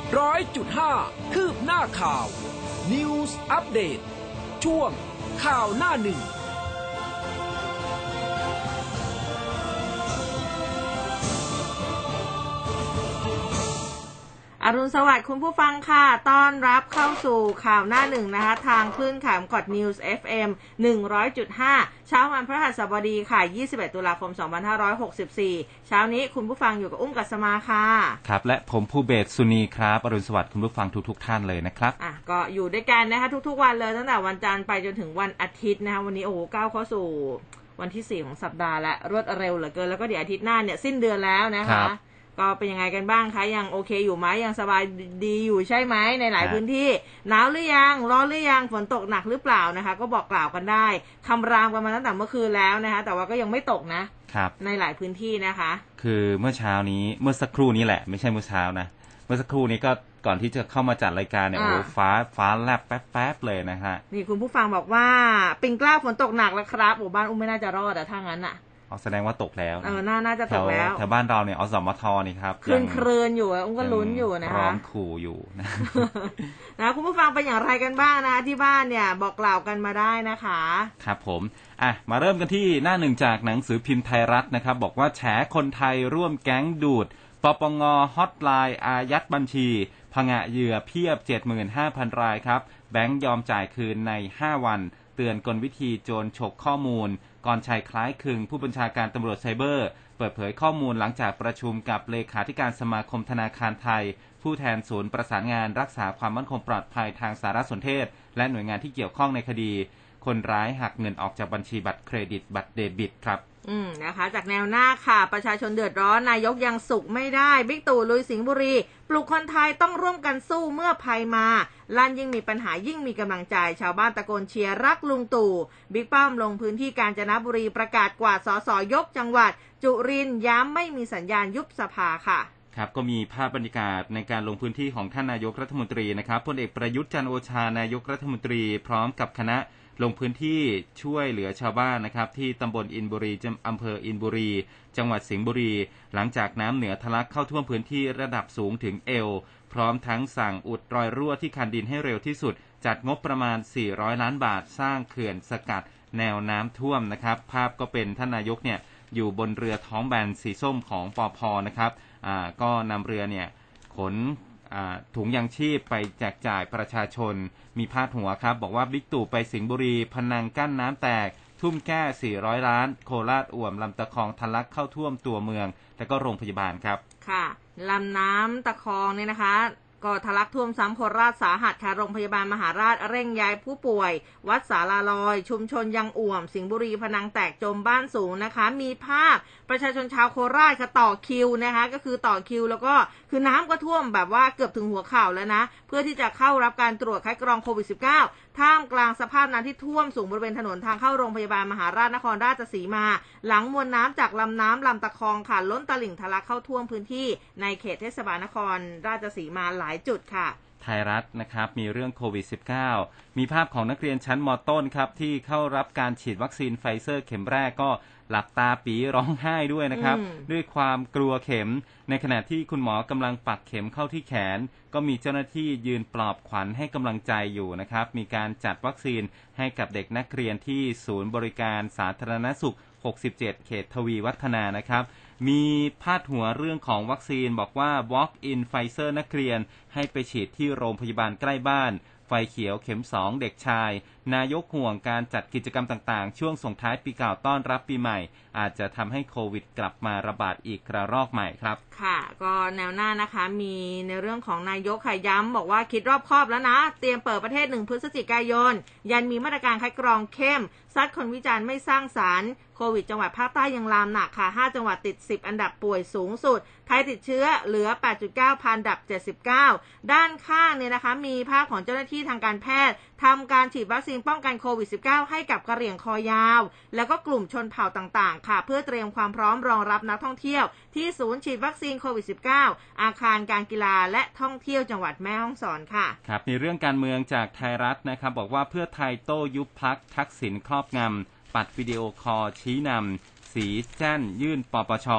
100.5 คืบหน้าข่าว News Update ช่วงข่าวหน้าหนึ่งอรุณสวัสดิ์คุณผู้ฟังค่ะต้อนรับเข้าสู่ข่าวหน้าหนึ่งนะคะทางคลื่นข่าวกด News FM 100.5 เช้าวันพฤหัสบดีค่ะ21ตุลาคม2564เช้านี้คุณผู้ฟังอยู่กับอุ้มกัสมาค่ะครับและผมภูเบศสุนีครับอรุณสวัสดิ์คุณผู้ฟังทุกท่านเลยนะครับก็อยู่ด้วยกันนะคะทุกๆวันเลยตั้งแต่วันจันทร์ไปจนถึงวันอาทิตย์นะคะวันนี้ก้าวเข้าสู่วันที่4ของสัปดาห์และรวดเร็วเหลือเกินแล้วก็เดี๋ยวอาทิตย์หน้าเนี่ยสิ้นเดือนแล้วนะคะก็เป็นยังไงกันบ้างคะยังโอเคอยู่ไหมยังสบายดีอยู่ใช่ไหมในหลายพื้นที่หนาวหรือยังร้อนหรือยังฝนตกหนักหรือเปล่านะคะก็บอกกล่าวกันได้คำรามกันมาตั้งแต่เมื่อคืนแล้วนะคะแต่ว่าก็ยังไม่ตกนะครับในหลายพื้นที่นะคะคือเมื่อเช้านี้เมื่อสักครู่นี้แหละไม่ใช่เมื่อเช้านะเมื่อสักครู่นี้ก็ก่อนที่จะเข้ามาจัดรายการเนี่ยโอ้ฟ้าแลบแป๊บเลยนะฮะนี่คุณผู้ฟังบอกว่าปิงกล้าฝนตกหนักแล้วครับบ้านอุ้มไม่น่าจะรอดถ้างั้นน่ะแสดงว่าตกแล้วน่าจะตกแล้วแถวบ้านเราเนี่ยอสมทนี่ครับคลืนอยู่อุ้มก็ลุ้นอยู่นะคะร้องขู่อยู่นะคุณผู้ฟังเป็นอย่างไรกันบ้างนะที่บ้านเนี่ยบอกกล่าวกันมาได้นะคะครับผมมาเริ่มกันที่หน้าหนึ่งจากหนังสือพิมพ์ไทยรัฐนะครับบอกว่าแฉคนไทยร่วมแก๊งดูดปปง.ฮอตไลน์อายัดบัญชีผงะเหยื่อเพียบ 75,000 รายครับแบงก์ยอมจ่ายคืนใน5วันเตือนกลวิธีโจรฉกข้อมูลกรชัยคล้ายคลึงผู้บัญชาการตำรวจไซเบอร์เปิดเผยข้อมูลหลังจากประชุมกับเลขาธิการสมาคมธนาคารไทยผู้แทนศูนย์ประสานงานรักษาความมั่นคงปลอดภัยทางสารสนเทศและหน่วยงานที่เกี่ยวข้องในคดีคนร้ายหักเงินออกจากบัญชีบัตรเครดิตบัตรเดบิตครับนะคะจากแนวหน้าค่ะประชาชนเดือดร้อนนายกยังสุขไม่ได้บิ๊กตู่ลุยสิงห์บุรีปลุกคนไทยต้องร่วมกันสู้เมื่อภัยมาลั่นยิ่งมีปัญหายิ่งมีกำลังใจชาวบ้านตะโกนเชียร์รักลุงตู่บิ๊กป้อมลงพื้นที่กาญจนบุรีประกาศกวาดสสยกจังหวัดจุรินทร์ย้ำไม่มีสัญญาณยุบสภาค่ะครับก็มีภาพบรรยากาศในการลงพื้นที่ของท่านนายกรัฐมนตรีนะครับพลเอกประยุทธ์จันทร์โอชานายกรัฐมนตรีพร้อมกับคณะลงพื้นที่ช่วยเหลือชาวบ้านนะครับที่ตำบลอินบุรีอำเภออินบุรีจังหวัดสิงห์บุรีหลังจากน้ำเหนือทะลักเข้าท่วมพื้นที่ระดับสูงถึงเอวพร้อมทั้งสั่งอุดรอยรั่วที่คันดินให้เร็วที่สุดจัดงบประมาณ400ล้านบาทสร้างเขื่อนสกัดแนวน้ำท่วมนะครับภาพก็เป็นท่านนายกเนี่ยอยู่บนเรือท้องแบนสีส้มของปภ.นะครับก็นำเรือเนี่ยขนถุงยางชีพไปแจกจ่ายประชาชนมีพาดหัวครับบอกว่าบิ๊กตู่ไปสิงห์บุรีพนังกั้นน้ำแตกทุ่มแก้400ล้านโคราชอ่วมลำตะคองทะลักเข้าท่วมตัวเมืองและก็โรงพยาบาลครับค่ะลำน้ำตะคองเนี่ยนะคะก็ทะลักท่วมซ้ำโคราชสาหัสค่ะโรงพยาบาลมหาราชเร่งย้ายผู้ป่วยวัดสาลาลอยชุมชนยังอ่วมสิงห์บุรีพนังแตกจมบ้านสูงนะคะมีภาพประชาชนชาวโคราชค่ะต่อคิวนะคะก็คือต่อคิวแล้วก็คือน้ำก็ท่วมแบบว่าเกือบถึงหัวเข่าแล้วนะเพื่อที่จะเข้ารับการตรวจคัดกรองโควิด -19 ท่ามกลางสภาพน้ำที่ท่วมสูงบริเวณถนนทางเข้าโรงพยาบาลมหาราชนครราชสีมาหลังมวลน้ำจากลำน้ำลำตะคองค่ะล้นตลิ่งทะลักเข้าท่วมพื้นที่ในเขตเทศบาลนครราชสีมาหลายจุดค่ะไทยรัฐนะครับมีเรื่องโควิด -19 มีภาพของนักเรียนชั้นม.ต้นครับที่เข้ารับการฉีดวัคซีนไฟเซอร์เข็มแรกก็หลับตาปีร้องไห้ด้วยนะครับด้วยความกลัวเข็มในขณะที่คุณหมอกำลังปักเข็มเข้าที่แขนก็มีเจ้าหน้าที่ยืนปลอบขวัญให้กำลังใจอยู่นะครับมีการจัดวัคซีนให้กับเด็กนักเรียนที่ศูนย์บริการสาธารณสุข67เขตทวีวัฒนานะครับมีพาดหัวเรื่องของวัคซีนบอกว่า walk in Pfizer นักเรียนให้ไปฉีดที่โรงพยาบาลใกล้บ้านไฟเขียวเข็ม2เด็กชายนายกห่วงการจัดกิจกรรมต่างๆช่วงส่งท้ายปีเก่าต้อนรับปีใหม่อาจจะทำให้โควิดกลับมาระบาดอีกระลอกใหม่ครับค่ะก็แนวหน้านะคะมีในเรื่องของนายกค่ะย้ำบอกว่าคิดรอบคอบแล้วนะเตรียมเปิดประเทศ1พฤศจิกายนยันมีมาตรการคัดกรองเข้มซัดคนวิจารณ์ไม่สร้างสรรค์โควิดจังหวัดภาคใต้ยังลามหนักค่ะ5จังหวัดติด10อันดับป่วยสูงสุดไทยติดเชื้อเหลือ 8.9 พันดับ79ด้านข้างเนี่ยนะคะมีภาพของเจ้าหน้าที่ทางการแพทย์ทำการฉีดวัคซีนป้องกันโควิด -19 ให้กับกะเหรี่ยงคอยาวแล้วก็กลุ่มชนเผ่าต่างๆค่ะเพื่อเตรียมความพร้อมรองรับนักท่องเที่ยวที่ศูนย์ฉีดวัคซีนโควิด -19 อาคารการกีฬาและท่องเที่ยวจังหวัดแม่ฮ่องสอนค่ะครับในเรื่องการเมืองจากไทยรัฐนะครับบอกว่าเพื่อไทยโต้ยุบพรรคทักษิณครอบงำปัดวิดีโอคอลชี้นำสีแจ้นยื่นปปช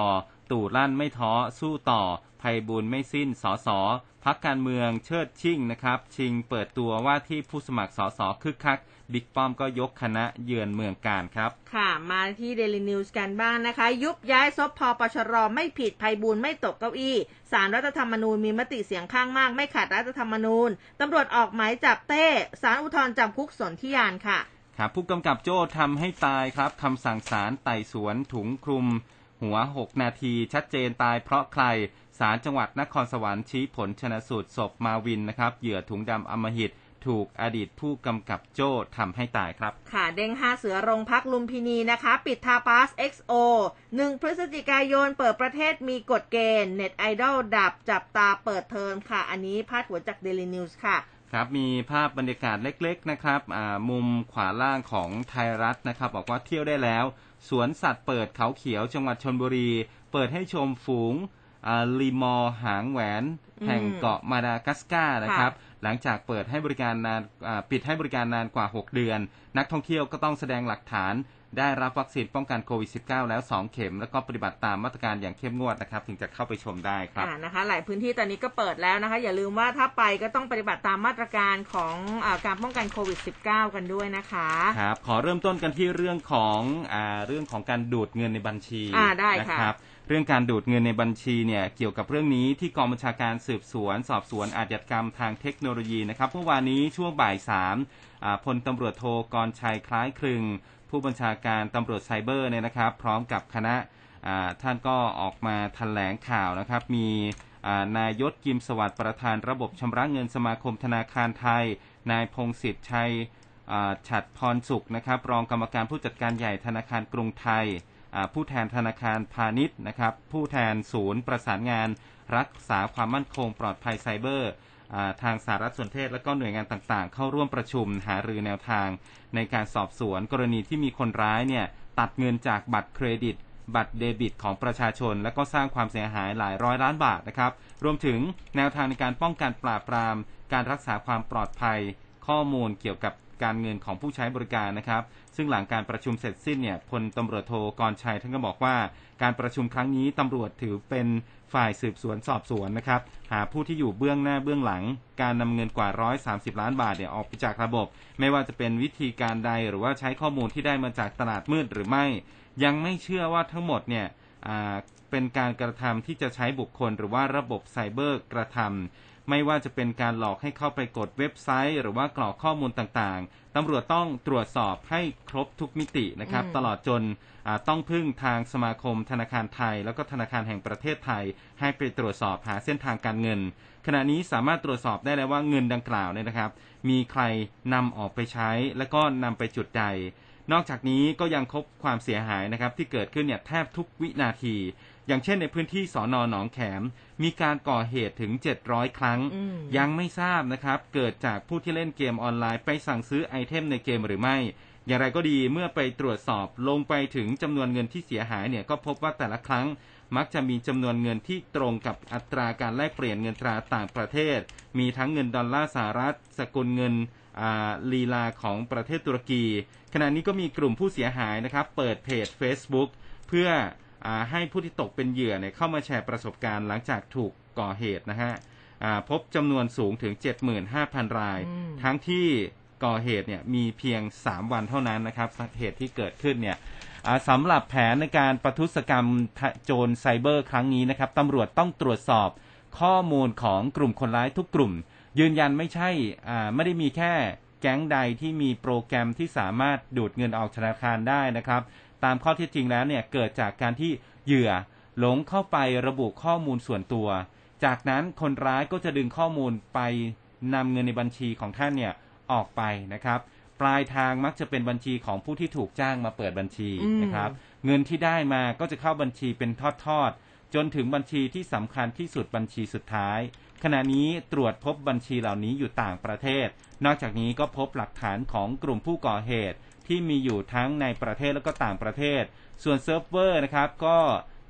ตู่ลั่นไม่ท้อสู้ต่อไพบูลย์ไม่สิ้นสสพรรคการเมืองเชิดชิ่งนะครับชิงเปิดตัวว่าที่ผู้สมัครสสคึกคักบิ๊กป้อมก็ยกคณะเยือนเมืองการครับค่ะมาที่ Daily News กันบ้างนะคะยุบย้ายซบพปชรไม่ผิดไพบูลย์ไม่ตกเก้าอี้ศาลรัฐธรรมนูญมีมติเสียงข้างมากไม่ขัดรัฐธรรมนูญตำรวจออกหมายจับเต้ศาลอุทธรณ์จำคุกสนธิยานค่ะครับผู้กำกับโจ้ทำให้ตายครับคำสั่งศาลไต่สวนถุงคลุมหัว6นาทีชัดเจนตายเพราะใครศาลจังหวัดนครสวรรค์ชี้ผลชนสูตรศพมาวินนะครับเหยื่อถุงดำอำมหิตถูกอดีตผู้กำกับโจ้ทำให้ตายครับค่ะเด้ง5เสือโรงพักลุมพินีนะคะปิดทาปาส XO 1 พฤศจิกายนเปิดประเทศมีกฎเกณฑ์เน็ตไอดอลดับจับตาเปิดเทอมค่ะอันนี้พาดหัวจาก Daily News ค่ะครับมีภาพบรรยากาศเล็กๆนะครับมุมขวาล่างของไทยรัฐนะครับบอกว่าเที่ยวได้แล้วสวนสัตว์เปิดเขาเขียวจังหวัดชลบุรีเปิดให้ชมฝูงลีมอหางแหวนแห่งเกาะมาดากัสการ์นะครับหลังจากเปิดให้บริการนานปิดให้บริการนานกว่า6เดือนนักท่องเที่ยวก็ต้องแสดงหลักฐานได้รับวัคซีนป้องกันโควิด -19 แล้ว2เข็มแล้วก็ปฏิบัติตามมาตรการอย่างเข้มงวดนะครับถึงจะเข้าไปชมได้ครับนะคะหลายพื้นที่ตอนนี้ก็เปิดแล้วนะคะอย่าลืมว่าถ้าไปก็ต้องปฏิบัติตามมาตรการของการป้องกันโควิด -19 กันด้วยนะคะครับขอเริ่มต้นกันที่เรื่องของการดูดเงินในบัญชีได้นะครับเรื่องการดูดเงินในบัญชีเนี่ยเกี่ยวกับเรื่องนี้ที่กองบัญชาการสืบสวนสอบสวนอาชญากรรมทางเทคโนโลยีนะครับเมื่อวานนี้ช่วงบ่าย3พลตำรวจโทกรชัยคล้ายคลึงผู้บัญชาการตำรวจไซเบอร์เนี่ยนะครับพร้อมกับคณะท่านก็ออกมาแถลงข่าวนะครับมีนายยศกิมสวัสดิ์ประธานระบบชำระเงินสมาคมธนาคารไทยนายพงศิษฐ์ชัยฉัตรพรสุขนะครับรองกรรมการผู้จัดการใหญ่ธนาคารกรุงไทยผู้แทนธนาคารพาณิชย์นะครับผู้แทนศูนย์ประสานงานรักษาความมั่นคงปลอดภัยไซเบอร์ทางสารสนเทศและก็หน่วยงานต่างๆเข้าร่วมประชุมหารือแนวทางในการสอบสวนกรณีที่มีคนร้ายเนี่ยตัดเงินจากบัตรเครดิตบัตรเดบิตของประชาชนและก็สร้างความเสียหายหลายร้อยล้านบาทนะครับรวมถึงแนวทางในการป้องกันปราบปรามการรักษาความปลอดภัยข้อมูลเกี่ยวกับการเงินของผู้ใช้บริการนะครับซึ่งหลังการประชุมเสร็จสิ้นเนี่ยพลตำรวจโทกรชัยท่านก็บอกว่าการประชุมครั้งนี้ตำรวจถือเป็นฝ่ายสืบสวนสอบสวนนะครับหาผู้ที่อยู่เบื้องหน้าเบื้องหลังการนำเงินกว่า130ล้านบาทเนี่ยออกไปจากระบบไม่ว่าจะเป็นวิธีการใดหรือว่าใช้ข้อมูลที่ได้มาจากตลาดมืดหรือไม่ยังไม่เชื่อว่าทั้งหมดเนี่ยเป็นการกระทำที่จะใช้บุคคลหรือว่าระบบไซเบอร์กระทำไม่ว่าจะเป็นการหลอกให้เข้าไปกดเว็บไซต์หรือว่ากรอกข้อมูลต่างๆตำรวจต้องตรวจสอบให้ครบทุกมิตินะครับตลอดจนต้องพึ่งทางสมาคมธนาคารไทยแล้วก็ธนาคารแห่งประเทศไทยให้ไปตรวจสอบหาเส้นทางการเงินขณะนี้สามารถตรวจสอบได้แล้วว่าเงินดังกล่าวเนี่ยนะครับมีใครนำออกไปใช้แล้วก็นำไปจุดใดนอกจากนี้ก็ยังพบความเสียหายนะครับที่เกิดขึ้นเนี่ยแทบทุกวินาทีอย่างเช่นในพื้นที่สน.หนองแขมมีการก่อเหตุถึง700ครั้งยังไม่ทราบนะครับเกิดจากผู้ที่เล่นเกมออนไลน์ไปสั่งซื้อไอเทมในเกมหรือไม่อย่างไรก็ดีเมื่อไปตรวจสอบลงไปถึงจำนวนเงินที่เสียหายเนี่ยก็พบว่าแต่ละครั้งมักจะมีจำนวนเงินที่ตรงกับอัตราการแลกเปลี่ยนเงินตราต่างประเทศมีทั้งเงินดอลลาร์สหรัฐสกุลเงินลีลาของประเทศตุรกีขณะนี้ก็มีกลุ่มผู้เสียหายนะครับเปิดเพจ Facebook เพื่อให้ผู้ที่ตกเป็นเหยื่อเนี่ยเข้ามาแชร์ประสบการณ์หลังจากถูกก่อเหตุนะฮะพบจำนวนสูงถึง 75,000 รายทั้งที่ก่อเหตุเนี่ยมีเพียง3วันเท่านั้นนะครับเหตุที่เกิดขึ้นเนี่ยสำหรับแผนในการประทุษกรรมโจรไซเบอร์ครั้งนี้นะครับตำรวจต้องตรวจสอบข้อมูลของกลุ่มคนร้ายทุกกลุ่มยืนยันไม่ได้มีแค่แก๊งใดที่มีโปรแกรมที่สามารถดูดเงินออกธนาคารได้นะครับตามข้อเท็จจริงแล้วเนี่ยเกิดจากการที่เหยื่อหลงเข้าไประบุข้อมูลส่วนตัวจากนั้นคนร้ายก็จะดึงข้อมูลไปนำเงินในบัญชีของท่านเนี่ยออกไปนะครับปลายทางมักจะเป็นบัญชีของผู้ที่ถูกจ้างมาเปิดบัญชีนะครับเงินที่ได้มาก็จะเข้าบัญชีเป็นทอดๆจนถึงบัญชีที่สำคัญที่สุดบัญชีสุดท้ายขณะนี้ตรวจพบบัญชีเหล่านี้อยู่ต่างประเทศนอกจากนี้ก็พบหลักฐานของกลุ่มผู้ก่อเหตุที่มีอยู่ทั้งในประเทศและก็ต่างประเทศส่วนเซิร์ฟเวอร์นะครับก็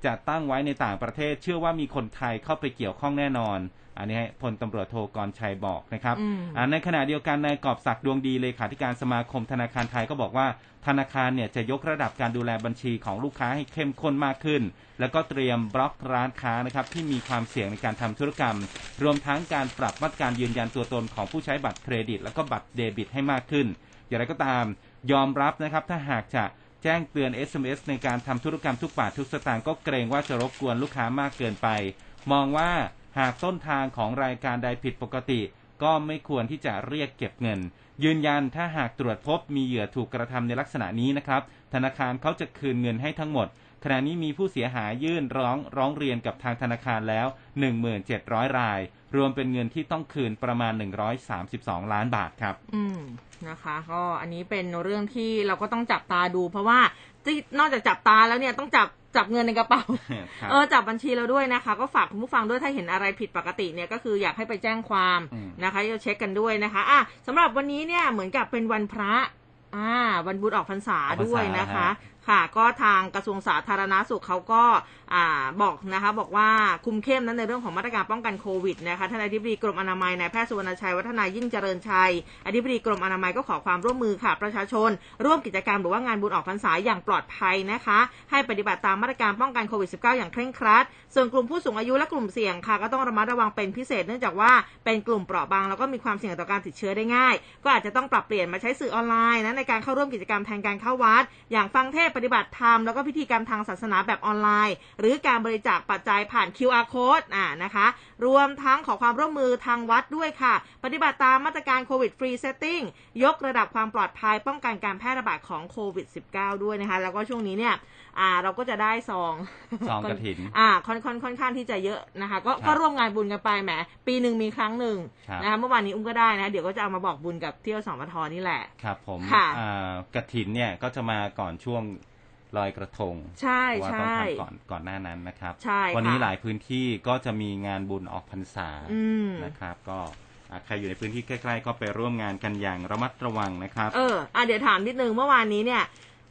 จะตั้งไว้ในต่างประเทศเชื่อว่ามีคนไทยเข้าไปเกี่ยวข้องแน่นอนอันนี้พลตำรวจโทกรชัยบอกนะครับในขณะเดียวกันนายกอบศักดิ์ดวงดีเลขาธิการสมาคมธนาคารไทยก็บอกว่าธนาคารเนี่ยจะยกระดับการดูแลบัญชีของลูกค้าให้เข้มข้นมากขึ้นแล้วก็เตรียมบล็อกร้านค้านะครับที่มีความเสี่ยงในการทำธุรกรรมรวมทั้งการปรับมาตรการยืนยันตัวตนของผู้ใช้บัตรเครดิตแล้วก็บัตรเดบิตให้มากขึ้นอย่างไรก็ตามยอมรับนะครับถ้าหากจะแจ้งเตือน SMS ในการทำธุรกรรมทุกบาททุกสตางค์ก็เกรงว่าจะรบกวนลูกค้ามากเกินไปมองว่าหากต้นทางของรายการใดผิดปกติก็ไม่ควรที่จะเรียกเก็บเงินยืนยันถ้าหากตรวจพบมีเหยื่อถูกกระทำในลักษณะนี้นะครับธนาคารเขาจะคืนเงินให้ทั้งหมดขณะนี้มีผู้เสียหายยื่นร้องเรียนกับทางธนาคารแล้ว 17,000 รายรวมเป็นเงินที่ต้องคืนประมาณ132ล้านบาทครับนะคะก็อันนี้เป็นเรื่องที่เราก็ต้องจับตาดูเพราะว่านอกจากจับตาแล้วเนี่ยต้องจับเงินในกระเป๋า จับบัญชีเราด้วยนะคะก็ฝากคุณผู้ฟังด้วยถ้าเห็นอะไรผิดปกติเนี่ยก็คืออยากให้ไปแจ้งความนะคะจะเช็คกันด้วยนะคะสำหรับวันนี้เนี่ยเหมือนกับเป็นวันพระวันบุญออกพรรษาด้วยนะคะค่ะก็ทางกระทรวงสาธารณสุขเขาก็บอกนะคะบอกว่าคุมเข้มนั้นในเรื่องของมาตรการป้องกันโควิดนะคะท่านอธิบดีกรมอนามัยนายแพทย์สุวรรณชัยวัฒนายิ่งเจริญชัยอธิบดีกรมอนามัยก็ขอความร่วมมือค่ะประชาชนร่วมกิจกรรมหรือว่างานบุญออกพรรษาอย่างปลอดภัยนะคะให้ปฏิบัติตามมาตรการป้องกันโควิด -19 อย่างเคร่งครัดส่วนกลุ่มผู้สูงอายุและกลุ่มเสี่ยงค่ะก็ต้องระมัดระวังเป็นพิเศษเนื่องจากว่าเป็นกลุ่มเปราะบางแล้วก็มีความเสี่ยงต่อการติดเชื้อได้ง่ายก็อาจจะต้องปรับเปลี่ยนมาใช้สื่อออนไลน์ในการเข้าร่วมกิจกรรมแทนการเข้าวัดอย่างฟังเทศปฏิบัติธรรมแล้วก็พิธีกรรมทางศาสนาแบบออนไลน์หรือการบริจาคปัจจัยผ่าน QR Code นะคะรวมทั้งขอความร่วมมือทางวัดด้วยค่ะปฏิบัติตามมาตรการโควิดฟรีเซตติ้งยกระดับความปลอดภัยป้องกันการแพร่ระบาดของโควิด -19 ด้วยนะคะแล้วก็ช่วงนี้เนี่ยเราก็จะได้ซองกฐินค่อนข้างที่จะเยอะนะคะก็ร่วมงานบุญกันไปแหมปีหนึ่งมีครั้งหนึ่งนะคะเมื่อวานนี้อุ้มก็ได้นะเดี๋ยวก็จะเอามาบอกบุญกับเที่ยวสมทนี่แหละครับผมกฐินเนี่ยก็จะมาก่อนช่วงลอยกระทงใช่ว่าต้องทำก่อนหน้านั้นนะครับใช่วันนี้หลายพื้นที่ก็จะมีงานบุญออกพรรษานะครับก็ใครอยู่ในพื้นที่ใกล้ๆก็ไปร่วมงานกันอย่างระมัดระวังนะครับเดี๋ยวถามนิดนึงเมื่อวานนี้เนี่ย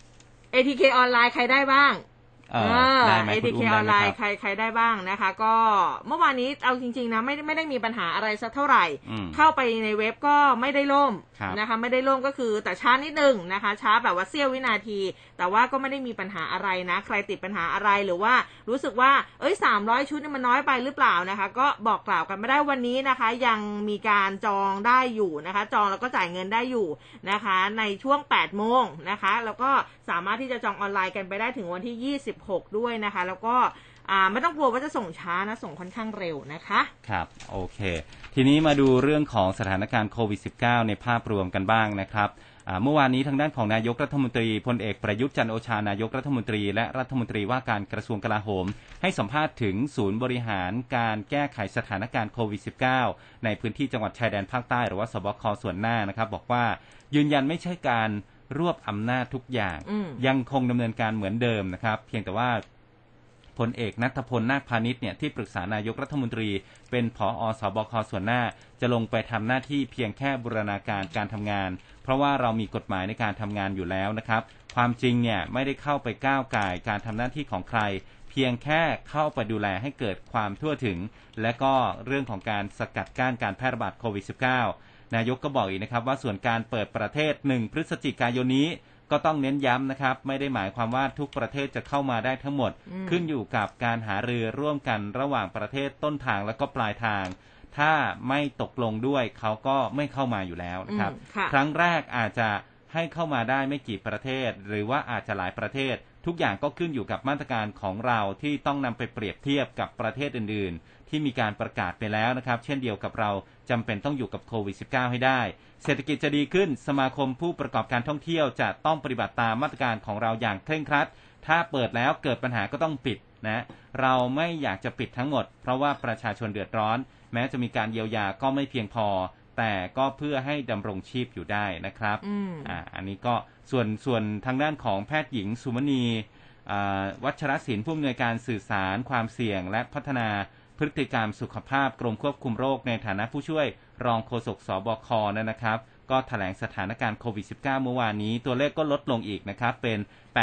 ATK ออนไลน์ใครได้บ้างได้ไหมคุณอุ้ม ATK ออนไลน์ใครได้บ้างนะคะก็เมื่อวานนี้เอาจริงๆนะไม่ได้มีปัญหาอะไรสักเท่าไหร่เข้าไปในเว็บก็ไม่ได้ล่มนะคะไม่ได้ล่มก็คือแต่ช้านิดนึงนะคะช้าแบบว่าเสี้ยววินาทีแต่ว่าก็ไม่ได้มีปัญหาอะไรนะใครติดปัญหาอะไรหรือว่ารู้สึกว่า300ชุดนี่มันน้อยไปหรือเปล่านะคะก็บอกกล่าวกันไม่ได้วันนี้นะคะยังมีการจองได้อยู่นะคะจองแล้วก็จ่ายเงินได้อยู่นะคะในช่วง 8 โมงนะคะแล้วก็สามารถที่จะจองออนไลน์กันไปได้ถึงวันที่26ด้วยนะคะแล้วก็ไม่ต้องกลัวว่าจะส่งช้านะส่งค่อนข้างเร็วนะคะครับโอเคทีนี้มาดูเรื่องของสถานการณ์โควิด -19 ในภาพรวมกันบ้างนะครับเมื่อวานนี้ทางด้านของนายกรัฐมนตรีพลเอกประยุทธ์จันทร์โอชานายกรัฐมนตรีและรัฐมนตรีว่าการกระทรวงกลาโหมให้สัมภาษณ์ถึงศูนย์บริหารการแก้ไขสถานการณ์โควิด -19 ในพื้นที่จังหวัดชายแดนภาคใต้หรือว่าสบคส่วนหน้านะครับบอกว่ายืนยันไม่ใช่การรวบอำนาจทุกอย่างยังคงดำเนินการเหมือนเดิมนะครับเพียงแต่ว่าพลเอกณัฐพลนาคพาณิชย์เนี่ยที่ปรึกษานายกรัฐมนตรีเป็นผอ.สบคส่วนหน้าจะลงไปทำหน้าที่เพียงแค่บูรณาการการทำงานเพราะว่าเรามีกฎหมายในการทำงานอยู่แล้วนะครับความจริงเนี่ยไม่ได้เข้าไปก้าวก่ายการทำหน้าที่ของใครเพียงแค่เข้าไปดูแลให้เกิดความทั่วถึงและก็เรื่องของการสกัดกั้นการแพร่ระบาดโควิด -19 นายกก็บอกอีกนะครับว่าส่วนการเปิดประเทศ1พฤศจิกายนนี้ก็ต้องเน้นย้ำนะครับไม่ได้หมายความว่าทุกประเทศจะเข้ามาได้ทั้งหมดขึ้นอยู่กับการหารือร่วมกันระหว่างประเทศต้นทางและก็ปลายทางถ้าไม่ตกลงด้วยเขาก็ไม่เข้ามาอยู่แล้วนะครับครั้งแรกอาจจะให้เข้ามาได้ไม่กี่ประเทศหรือว่าอาจจะหลายประเทศทุกอย่างก็ขึ้นอยู่กับมาตรการของเราที่ต้องนำไปเปรียบเทียบกับประเทศอื่นๆที่มีการประกาศไปแล้วนะครับเช่นเดียวกับเราจำเป็นต้องอยู่กับโควิด -19 ให้ได้เศรษฐกิจจะดีขึ้นสมาคมผู้ประกอบการท่องเที่ยวจะต้องปฏิบัติตามมาตรการของเราอย่างเคร่งครัดถ้าเปิดแล้วเกิดปัญหาก็ต้องปิดนะเราไม่อยากจะปิดทั้งหมดเพราะว่าประชาชนเดือดร้อนแม้จะมีการเยียวยาก็ไม่เพียงพอแต่ก็เพื่อให้ดำรงชีพอยู่ได้นะครับอันนี้ก็ส่วนทางด้านของแพทย์หญิงสุมณีวัชรศิลป์ผู้อำนวยการสื่อสารความเสี่ยงและพัฒนาพฤติกรรมสุขภาพกรมควบคุมโรคในฐานะผู้ช่วยรองโฆษกสบคนะครับก็แถลงสถานการณ์โควิด -19 เมื่อวานนี้ตัวเลขก็ลดลงอีกนะครับเป็น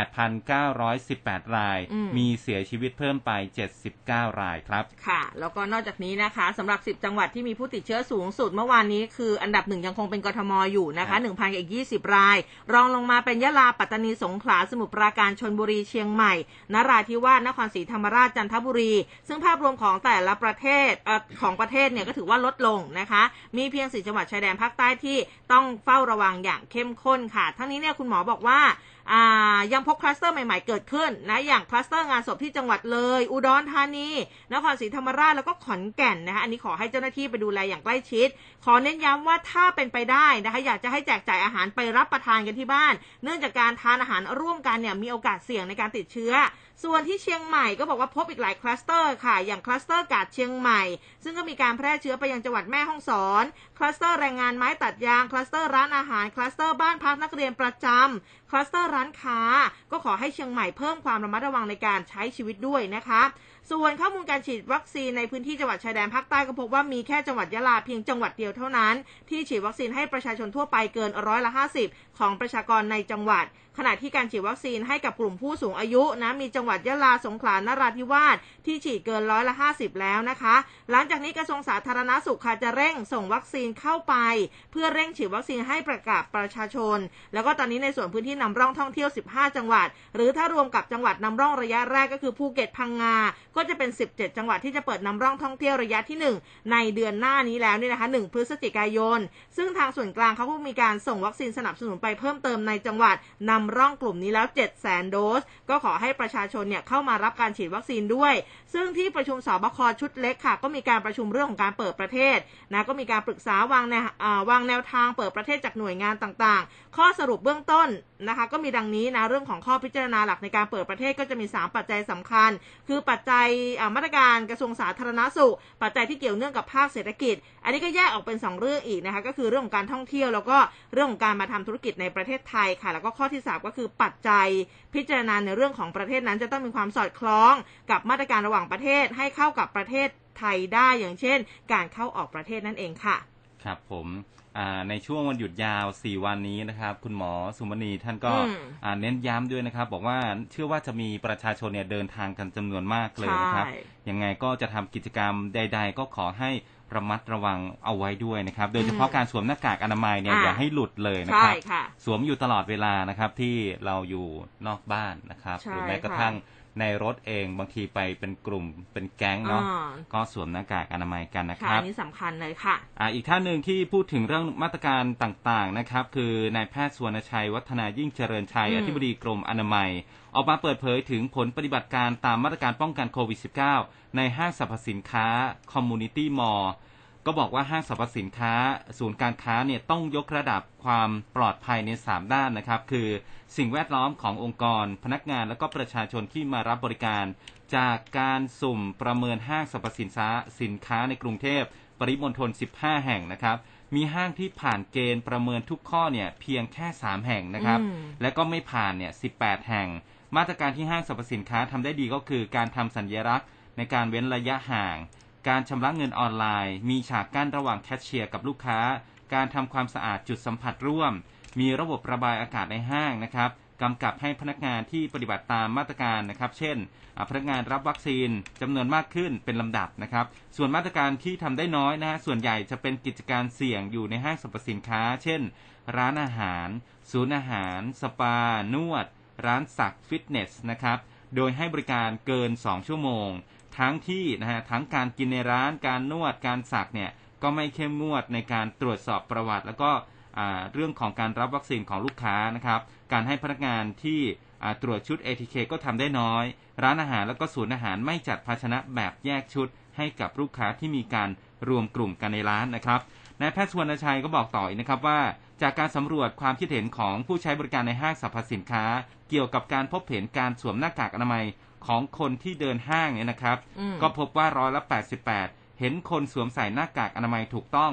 8,918 รายมีเสียชีวิตเพิ่มไป79รายครับค่ะแล้วก็นอกจากนี้นะคะสำหรับ10จังหวัดที่มีผู้ติดเชื้อสูงสุดเมื่อวานนี้คืออันดับ1ยังคงเป็นกทมอยู่นะคะ 1,020 รายรองลงมาเป็นยะลาปัตตานีสงขลาสมุทรปราการชลบุรีเชียงใหม่นราธิวาสนครศรีธรรมราชจันทบุรีซึ่งภาพรวมของแต่ละประเทศของประเทศเนี่ยก็ถือว่าลดลงนะคะมีเพียง4จังหวัดชายแดนภาคใต้ที่ต้องเฝ้าระวังอย่างเข้มข้นค่ะทั้งนี้เนี่ยคุณหมอบอกว่ายังพบคลัสเตอร์ใหม่ๆเกิดขึ้นนะอย่างคลัสเตอร์งานศพที่จังหวัดเลยอุดรธานีนครศรีธรรมราชแล้วก็ขอนแก่นนะคะอันนี้ขอให้เจ้าหน้าที่ไปดูแลอย่างใกล้ชิดขอเน้นย้ำว่าถ้าเป็นไปได้นะคะอยากจะให้แจกจ่ายอาหารไปรับประทานกันที่บ้านเนื่องจากการทานอาหารร่วมกันเนี่ยมีโอกาสเสี่ยงในการติดเชื้อส่วนที่เชียงใหม่ก็บอกว่าพบอีกหลายคลัสเตอร์ค่ะอย่างคลัสเตอร์กาดเชียงใหม่ซึ่งก็มีการแพร่เชื้อไปยังจังหวัดแม่ฮ่องสอนคลัสเตอร์แรงงานไม้ตัดยางคลัสเตอร์ร้านอาหารคลัสเตอร์บ้านพักนักเรียนประจำคลัสเตอร์ร้านค้าก็ขอให้เชียงใหม่เพิ่มความระมัดระวังในการใช้ชีวิตด้วยนะคะส่วนข้อมูลการฉีดวัคซีนในพื้นที่จังหวัดชายแดนภาคใต้ก็พบว่ามีแค่จังหวัดยะลาเพียงจังหวัดเดียวเท่านั้นที่ฉีดวัคซีนให้ประชาชนทั่วไปเกิน50%ของประชากรในจังหวัดขณะที่การฉีดวัคซีนให้กับกลุ่มผู้สูงอายุนะมีจังหวัดยะลาสงขลานราธิวาสที่ฉีดเกิน50%แล้วนะคะหลังจากนี้กระทรวงสาธารณสุขค่ะจะเร่งส่งวัคซีนเข้าไปเพื่อเร่งฉีดวัคซีนให้ประชาชนแล้วก็ตอนนี้ในส่วนพื้นที่นำร่องท่องเที่ยว15จังหวัดหรือถ้ารวมกับจังหวัดนำร่องระยะแรกก็คือภูเก็ตพังงาก็จะเป็น17จังหวัดที่จะเปิดนำร่องท่องเที่ยวระยะที่1ในเดือนหน้านี้แล้วนี่นะคะ1พฤศจิกายนซึ่งทางส่วนกลางเขาก็มีการส่งวัคซีนสนับสนุนไปเพิ่มเติมในจังหวัดนำร่องกลุ่มนี้แล้ว 700,000 โดสก็ขอให้ประชาชนเนี่ยเข้ามารับการฉีดวัคซีนด้วยซึ่งที่ประชุมสบคชุดเล็กค่ะก็มีการประชุมเรื่องของการเปิดประเทศนะก็มีการปรึกษาวางแนวทางเปิดประเทศจากหน่วยงานต่างๆข้อสรุปเบื้องต้นนะคะก็มีดังนี้นะเรื่องของข้อพิจารณาหลักในการเปิดประเทศก็จะมี3ปัจจัยสำคัญคือปัจจัยมาตรการกระทรวงสาธารณสุขปัจจัยที่เกี่ยวเนื่องกับภาคเศรษฐกิจอันนี้ก็แยกออกเป็น2เรื่องอีกนะคะก็คือเรื่องของการท่องเที่ยวแล้วก็เรื่องของการมาทำธุรกิจในประเทศไทยค่ะแล้วก็ข้อที่3ก็คือปัจจัยพิจารณาในเรื่องของประเทศนั้นจะต้องมีความสอดคล้องกับมาตรการระหว่างประเทศให้เข้ากับประเทศไทยได้อย่างเช่นการเข้าออกประเทศนั่นเองค่ะครับผมในช่วงวันหยุดยาว4วันนี้นะครับคุณหมอสุมณีท่านก็เน้นย้ำด้วยนะครับบอกว่าเชื่อว่าจะมีประชาชนเนี่ยเดินทางกันจำนวนมากเลยนะครับยังไงก็จะทำกิจกรรมใดๆก็ขอให้ระมัดระวังเอาไว้ด้วยนะครับโดยเฉพาะการสวมหน้ากากอนามัยเนี่ยอย่าให้หลุดเลยนะครับสวมอยู่ตลอดเวลานะครับที่เราอยู่นอกบ้านนะครับหรือแม้กระทั่งในรถเองบางทีไปเป็นกลุ่มเป็นแก๊งเนาะก็สวมหน้ากากอนามัยกันนะครับนี่สำคัญเลยค่ะอีกท่านหนึ่งที่พูดถึงเรื่องมาตรการต่างๆนะครับคือนายแพทย์สุวรรณชัยวัฒนายิ่งเจริญชัยอธิบดีกรมอนามัยออกมาเปิดเผยถึงผลปฏิบัติการตามมาตรการป้องกันโควิด -19 ในห้างสรรพสินค้า Community Mall ก็บอกว่าห้างสรรพสินค้าศูนย์การค้าเนี่ยต้องยกระดับความปลอดภัยใน3ด้านนะครับคือสิ่งแวดล้อมขององค์กรพนักงานและก็ประชาชนที่มารับบริการจากการสุ่มประเมินห้างสรรพสินค้าในกรุงเทพปริมณฑล15แห่งนะครับมีห้างที่ผ่านเกณฑ์ประเมินทุกข้อเนี่ยเพียงแค่3แห่งนะครับและก็ไม่ผ่านเนี่ย18แห่งมาตรการที่ห้างสรรพสินค้าทำได้ดีก็คือการทำสัญลักษณ์ในการเว้นระยะห่างการชำระเงินออนไลน์มีฉากกั้นระหว่างแคชเชียร์กับลูกค้าการทำความสะอาดจุดสัมผัสร่วมมีระบบระบายอากาศในห้างนะครับกำกับให้พนักงานที่ปฏิบัติตามมาตรการนะครับเช่นพนักงานรับวัคซีนจำนวนมากขึ้นเป็นลำดับนะครับส่วนมาตรการที่ทำได้น้อยนะส่วนใหญ่จะเป็นกิจการเสี่ยงอยู่ในห้างสรรพสินค้าเช่นร้านอาหารศูนย์อาหารสปานวดร้านสักฟิตเนสนะครับโดยให้บริการเกิน2ชั่วโมงทั้งที่นะฮะทั้งการกินในร้านการนวดการสักเนี่ยก็ไม่เข้มงวดในการตรวจสอบประวัติแล้วก็เรื่องของการรับวัคซีนของลูกค้านะครับการให้พนักงานที่ตรวจชุด ATK ก็ทำได้น้อยร้านอาหารแล้วก็ศูนย์อาหารไม่จัดภาชนะแบบแยกชุดให้กับลูกค้าที่มีการรวมกลุ่มกันในร้านนะครับนายแพทย์สุวรรณชัยก็บอกต่ออีกนะครับว่าจากการสำรวจความคิดเห็นของผู้ใช้บริการในห้างสรรพสินค้าเกี่ยวกับการพบเห็นการสวมหน้ากากอนามัยของคนที่เดินห้างเนี่ยนะครับก็พบว่า88%เห็นคนสวมใส่หน้ากากอนามัยถูกต้อง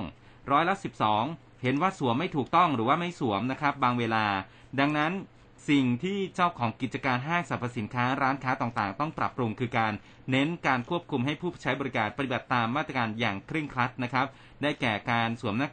12%เห็นว่าสวมไม่ถูกต้องหรือว่าไม่สวมนะครับบางเวลาดังนั้นสิ่งที่เจ้าของกิจการห้างสรรพสินค้าร้านค้าต่างๆต้องปรับปรุงคือการเน้นการควบคุมให้ผู้ใช้บริการปฏิบัติตามมาตรการอย่างเคร่งครัดนะครับได้แก่การสวมหน้ากาก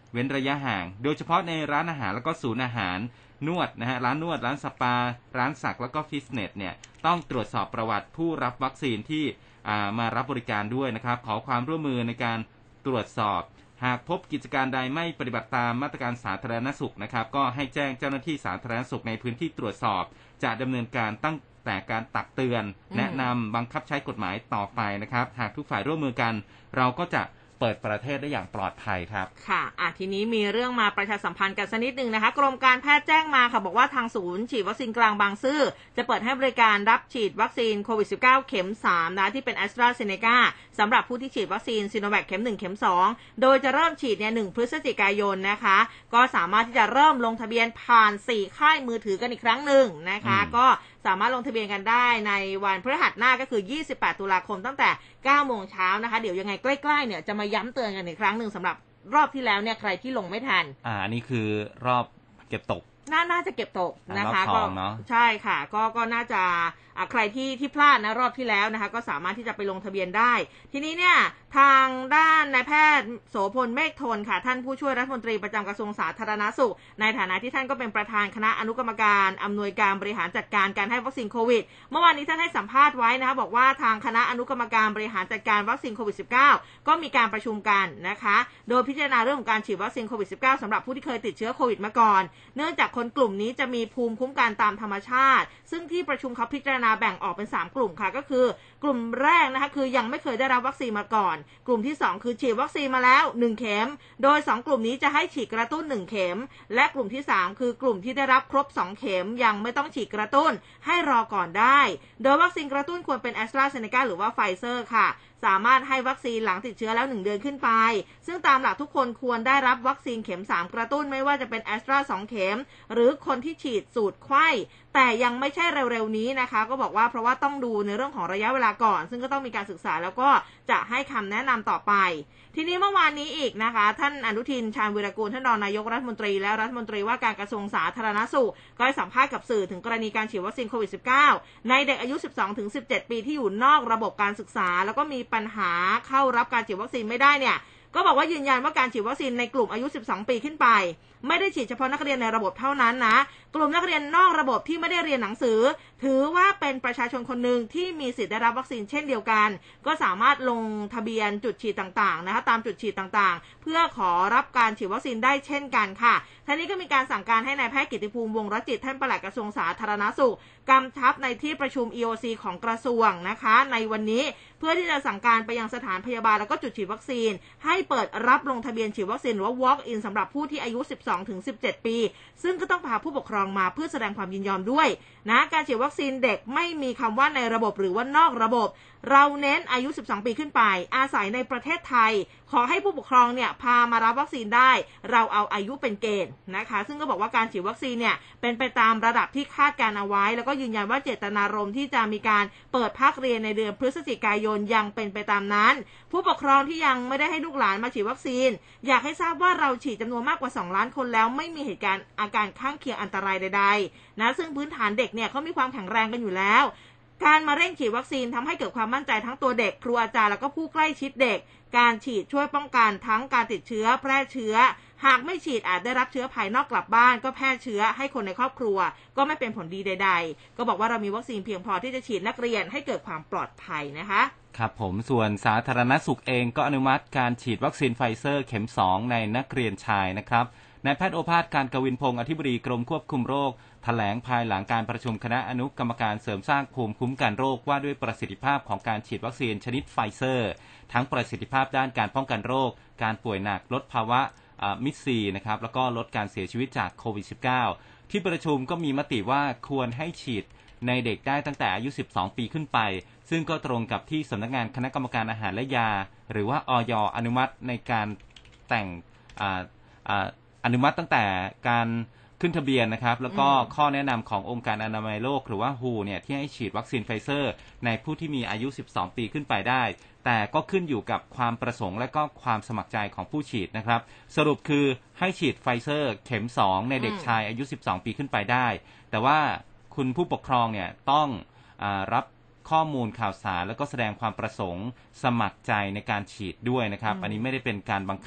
เว้นระยะห่างโดยเฉพาะในร้านอาหารแล้วก็ศูนย์อาหารนวดนะฮะร้านนวดร้านสปาร้านสักแล้วก็ฟิตเนสเนี่ยต้องตรวจสอบประวัติผู้รับวัคซีนที่มารับบริการด้วยนะครับขอความร่วมมือในการตรวจสอบหากพบกิจการใดไม่ปฏิบัติตามมาตรการสาธารณสุขนะครับก็ให้แจ้งเจ้าหน้าที่สาธารณสุขในพื้นที่ตรวจสอบจะดำเนินการตั้งแต่การตักเตือนแนะนำบังคับใช้กฎหมายต่อไปนะครับหากทุกฝ่ายร่วมมือกันเราก็จะเปิดประเทศได้อย่างปลอดภัยครับค่ะทีนี้มีเรื่องมาประชาสัมพันธ์กันสักนิดนึงนะคะกรมการแพทย์แจ้งมาค่ะบอกว่าทางศูนย์ฉีดวัคซีนกลางบางซื่อจะเปิดให้บริการรับฉีดวัคซีนโควิด -19 เข็ม3นะที่เป็น AstraZeneca สำหรับผู้ที่ฉีดวัคซีนซิโนแวคเข็ม1เข็ม2โดยจะเริ่มฉีดเนี่ย1พฤศจิกายนนะคะก็สามารถที่จะเริ่มลงทะเบียนผ่าน4ค่ายมือถือกันอีกครั้งหนึ่งนะคะก็สามารถลงทะเบียนกันได้ในวันพฤหัสหน้าก็คือ28ตุลาคมตั้งแต่9โมงเช้านะคะเดี๋ยวยังไงใกล้ๆเนี่ยจะมาย้ำเตือนกันอีกครั้งหนึ่งสำหรับรอบที่แล้วเนี่ยใครที่ลงไม่ทันอันนี้คือรอบเก็บตกน่าจะเก็บตกนะคะก็ใช่ค่ะก็น่าจะใครที่พลาดนะรอบที่แล้วนะคะก็สามารถที่จะไปลงทะเบียนได้ทีนี้เนี่ยทางด้านนายแพทย์โสพลเมฆทนค่ะท่านผู้ช่วยรัฐมนตรีประจำกระทรวงสาธารณสุขในฐานะที่ท่านก็เป็นประธานคณะอนุกรรมการอำนวยการบริหารจัดการการให้วัคซีนโควิดเมื่อวานนี้ท่านให้สัมภาษณ์ไว้นะคะบอกว่าทางคณะอนุกรรมการบริหารจัดการวัคซีนโควิด -19 ก็มีการประชุมกันนะคะโดยพิจารณาเรื่องของการฉีดวัคซีนโควิด -19 สำหรับผู้ที่เคยติดเชื้อโควิดมาก่อนเนื่องจากคนกลุ่มนี้จะมีภูมิคุ้มกันตามธรรมชาติซึ่งที่ประชุมเขาพิจารณาแบ่งออกเป็น3กลุ่มค่ะก็คือกลุ่มแรกนะคะคือยังไม่เคยได้รับวัคซีนมาก่อนกลุ่มที่2คือฉีดวัคซีนมาแล้ว1เข็มโดย2กลุ่มนี้จะให้ฉีดกระตุ้น1เข็มและกลุ่มที่3คือกลุ่มที่ได้รับครบ2เข็มยังไม่ต้องฉีดกระตุ้นให้รอก่อนได้โดยวัคซีนกระตุ้นควรเป็น AstraZeneca หรือว่า Pfizer ค่ะสามารถให้วัคซีนหลังติดเชื้อแล้ว1เดือนขึ้นไปซึ่งตามหลักทุกคนควรได้รับวัคซีนเข็ม3กระตุ้นไม่ว่าจะเป็น Astra 2เข็มหรือคนที่ฉีดสูตรไข้แต่ยังไม่ใช่เร็วๆนี้นะคะก็บอกว่าเพราะว่าต้องดูในเรื่องของระยะเวลาก่อนซึ่งก็ต้องมีการศึกษาแล้วก็จะให้คำแนะนำต่อไปทีนี้เมื่อวานนี้อีกนะคะท่านอนุทินชาญวีรกูลท่านรองนายกรัฐมนตรีและรัฐมนตรีว่าการกระทรวงสาธารณสุขก็ให้สัมภาษณ์กับสื่อถึงกรณีการฉีดวัคซีนโควิด -19 ในเด็กอายุ 12-17 ปีที่อยู่นอกระบบการศึกษาแล้วก็มีปัญหาเข้ารับการฉีดวัคซีนไม่ได้เนี่ยก็บอกว่ายืนยันว่าการฉีดวัคซีนในกลุ่มอายุ12ปีขึ้นไปไม่ได้ฉีดเฉพาะนักเรียนในระบบเท่านั้นนะกลุ่มนักเรียนนอกระบบที่ไม่ได้เรียนหนังสือถือว่าเป็นประชาชนคนหนึ่งที่มีสิทธิ์ได้รับวัคซีนเช่นเดียวกันก็สามารถลงทะเบียนจุดฉีดต่างๆนะคะตามจุดฉีดต่างๆเพื่อขอรับการฉีดวัคซีนได้เช่นกันค่ะท่านี้ก็มีการสั่งการให้นายแพทย์กิตติภูมิวงศ์รจิตท่านปลัดกระทรวงสาธารณสุขกำชับในที่ประชุม EOC ของกระทรวงนะคะในวันนี้เพื่อที่จะสั่งการไปยังสถานพยาบาลแล้วก็จุดฉีดวัคซีนให้เปิดรับลงทะเบียนฉีดวัคซีนหรือว่า walk in สำหรับผู้ที่อายุ 12-17 ปีซึ่งก็ต้องพาผู้ปกครองมาเพื่อแสดงความยินยอมด้วยนะการฉีดวัคซีนเด็กไม่มีคำว่าในระบบหรือว่านอกระบบเราเน้นอายุ12ปีขึ้นไปอาศัยในประเทศไทยขอให้ผู้ปกครองเนี่ยพามารับวัคซีนได้เราเอาอายุเป็นเกณฑ์นะคะซึ่งก็บอกว่าการฉีดวัคซีนเนี่ยเป็นไปตามระดับที่คาดการเอาไว้แล้วก็ยืนยันว่าเจตนารมณ์ที่จะมีการเปิดภาคเรียนในเดือนพฤศจิกายนยังเป็นไปตามนั้นผู้ปกครองที่ยังไม่ได้ให้ลูกหลานมาฉีดวัคซีนอยากให้ทราบว่าเราฉีดจำนวนมากกว่า2ล้านคนแล้วไม่มีเหตุการณ์อาการข้างเคียงอันตรายใดๆนะซึ่งพื้นฐานเด็กเนี่ยเขามีความแข็งแรงกันอยู่แล้วการมาเร่งฉีดวัคซีนทำให้เกิดความมั่นใจทั้งตัวเด็กครูอาจารย์แล้วก็ผู้ใกล้ชิดเด็กการฉีดช่วยป้องกันทั้งการติดเชื้อแพร่เชื้อหากไม่ฉีดอาจได้รับเชื้อภายนอกกลับบ้านก็แพร่เชื้อให้คนในครอบครัวก็ไม่เป็นผลดีใดๆก็บอกว่าเรามีวัคซีนเพียงพอที่จะฉีดนักเรียนให้เกิดความปลอดภัยนะคะครับผมส่วนสาธารณสุขเองก็อนุมัติการฉีดวัคซีนไฟเซอร์เข็ม2ในนักเรียนชายนะครับนายแพทย์โอภาสการกวินพงศ์อธิบดีกรมควบคุมโรคแถลงภายหลังการประชุมคณะอนุกรรมการเสริมสร้างภูมิคุ้มกันโรคว่าด้วยประสิทธิภาพของการฉีดวัคซีนชนิดไฟเซอร์ทั้งประสิทธิภาพด้านการป้องกันโรคการป่วยหนักลดภาวะมิดซีนะครับแล้วก็ลดการเสียชีวิตจากโควิด -19 ที่ประชุมก็มีมติว่าควรให้ฉีดในเด็กได้ตั้งแต่อายุ12ปีขึ้นไปซึ่งก็ตรงกับที่สำนักงานคณะกรรมการอาหารและยาหรือว่าอย.อนุมัติในการแต่งอนุมัติตั้งแต่การขึ้นทะเบียนนะครับแล้วก็ข้อแนะนำขององค์การอนามัยโลกหรือว่า WHO เนี่ยที่ให้ฉีดวัคซีนไฟเซอร์ในผู้ที่มีอายุ12ปีขึ้นไปได้แต่ก็ขึ้นอยู่กับความประสงค์และก็ความสมัครใจของผู้ฉีดนะครับสรุปคือให้ฉีดไฟเซอร์เข็ม2ในเด็กชายอายุ12ปีขึ้นไปได้แต่ว่าคุณผู้ปกครองเนี่ยต้องรับข้อมูลข่าวสารแล้วก็แสดงความประสงค์สมัครใจในการฉีดด้วยนะครับอันนี้ไม่ได้เป็นการบังคับ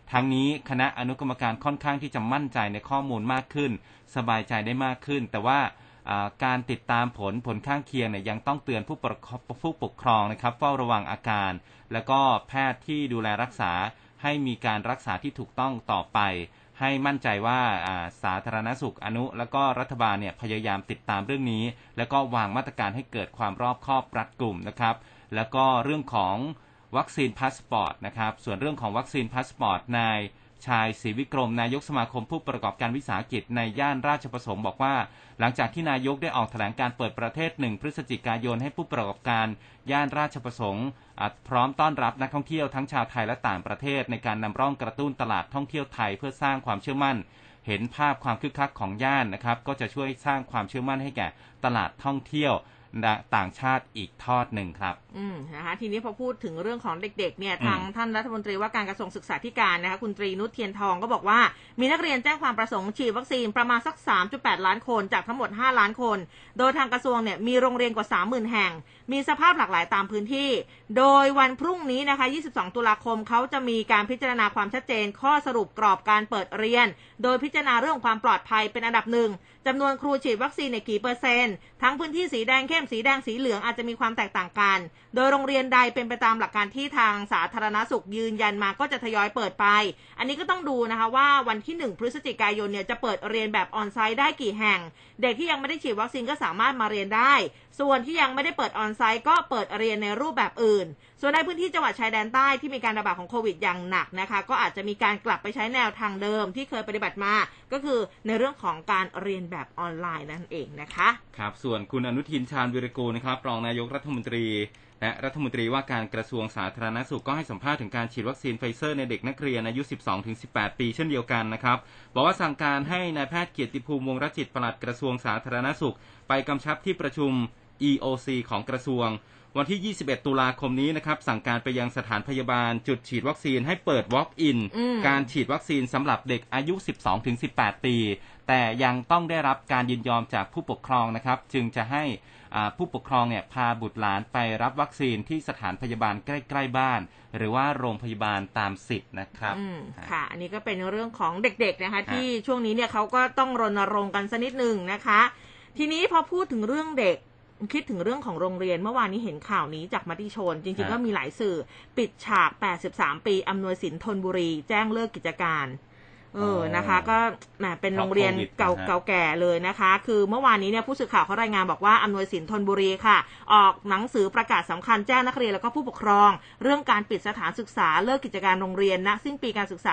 ทั้งนี้คณะอนุกรรมการค่อนข้างที่จะมั่นใจในข้อมูลมากขึ้นสบายใจได้มากขึ้นแต่ว่าการติดตามผลข้างเคียงเนี่ยยังต้องเตือนผู้ปกครองนะครับเฝ้าระวังอาการแล้วก็แพทย์ที่ดูแลรักษาให้มีการรักษาที่ถูกต้องต่อไปให้มั่นใจว่าสาธารณสุขอนุแล้วก็รัฐบาลเนี่ยพยายามติดตามเรื่องนี้แล้วก็วางมาตรการให้เกิดความรอบคอบรัดกุมนะครับแล้วก็เรื่องของวัคซีนพาสปอร์ตนะครับส่วนเรื่องของวัคซีนพาสปอร์ตนายชายศรีวิกรมนายกสมาคมผู้ประกอบการวิสาหกิจในย่านราชประสงค์บอกว่าหลังจากที่นายกได้ออกแถลงการเปิดประเทศ1 พฤศจิกายนให้ผู้ประกอบการย่านราชประสงค์พร้อมต้อนรับนักท่องเที่ยวทั้งชาวไทยและต่างประเทศในการนำร่องกระตุ้นตลาดท่องเที่ยวไทยเพื่อสร้างความเชื่อมั่นเห็นภาพความคึกคักของย่านนะครับก็จะช่วยสร้างความเชื่อมั่นให้แก่ตลาดท่องเที่ยวต่างชาติอีกทอดหนึ่งครับนะคะทีนี้พอพูดถึงเรื่องของเด็กๆเนี่ยทางท่านรัฐมนตรีว่าการกระทรวงศึกษาธิการนะคะคุณตรีนุชเทียนทองก็บอกว่ามีนักเรียนแจ้งความประสงค์ฉีดวัคซีนประมาณสัก 3.8 ล้านคนจากทั้งหมด5ล้านคนโดยทางกระทรวงเนี่ยมีโรงเรียนกว่า 30,000 แห่งมีสภาพหลากหลายตามพื้นที่โดยวันพรุ่งนี้นะคะ22ตุลาคมเขาจะมีการพิจารณาความชัดเจนข้อสรุปกรอบการเปิดเรียนโดยพิจารณาเรื่องความปลอดภัยเป็นอันดับหนึ่งจำนวนครูฉีดวัคซีนในกี่เปอร์เซ็นต์ทั้งพื้นที่สีแดงเข้มสีแดงสีเหลืองอาจจะมีความแตกต่างกันโดยโรงเรียนใดเป็นไปตามหลักการที่ทางสาธารณสุขยืนยันมาก็จะทยอยเปิดไปอันนี้ก็ต้องดูนะคะว่าวันที่1 พฤศจิกายนเนี่ยจะเปิดเรียนแบบออนไซต์ได้กี่แห่งเด็กที่ยังไม่ได้ฉีดวัคซีนก็สามารถมาเรียนได้ส่วนที่ยังไม่ได้เปิดออนไซต์ก็เปิดเรียนในรูปแบบอื่นส่วนในพื้นที่จังหวัดชายแดนใต้ที่มีการระบาดของโควิดอย่างหนักนะคะก็อาจจะมีการกลับไปใช้แนวทางเดิมที่เคยปฏิบัติมาก็คือในเรื่องของการเรียนแบบออนไลน์นั่นเองนะคะครับส่วนคุณอนุทินชาญวิรากูลนะครับรองนายกรัฐมนตรีและรัฐมนตรีว่าการกระทรวงสาธารณสุขก็ให้สัมภาษณ์ถึงการฉีดวัคซีนไฟเซอร์ในเด็กนักเรียนอายุ 12-18 ปีเช่นเดียวกันนะครับบอกว่าสั่งการให้นายแพทย์เกียรติภูมิวงศ์รจิตปลัดกระทรวงสาธารณสุขไปกำชับที่ประชุม EOC ของกระทรวงวันที่ 21 ตุลาคมนี้นะครับสั่งการไปยังสถานพยาบาลจุดฉีดวัคซีนให้เปิด Walk-in การฉีดวัคซีนสำหรับเด็กอายุ 12-18 ปีแต่ยังต้องได้รับการยินยอมจากผู้ปกครองนะครับจึงจะให้ผู้ปกครองเนี่ยพาบุตรหลานไปรับวัคซีนที่สถานพยาบาลใกล้ๆบ้านหรือว่าโรงพยาบาลตามสิทธิ์นะครับค่ะอันนี้ก็เป็นเรื่องของเด็กๆนะคะที่ช่วงนี้เนี่ยเขาก็ต้องรณรงค์กันสักนิดนึงนะคะทีนี้พอพูดถึงเรื่องเด็กคิดถึงเรื่องของโรงเรียนเมื่อวานนี้เห็นข่าวนี้จากมติชนจริงๆก็มีหลายสื่อปิดฉาก83ปีอำนวยสินธนบุรีแจ้งเลิกกิจการนะคะก็เป็นโรงเรียนเก่าแก่เลยนะคะคือเมื่อวานนี้เนี่ยผู้สื่อข่าวเขารายงานบอกว่าอำนวยสินธนบุรีค่ะออกหนังสือประกาศสำคัญแจ้งนักเรียนแล้วก็ผู้ปกครองเรื่องการปิดสถานศึกษาเลิกกิจการโรงเรียนณสิ้นปีการศึกษา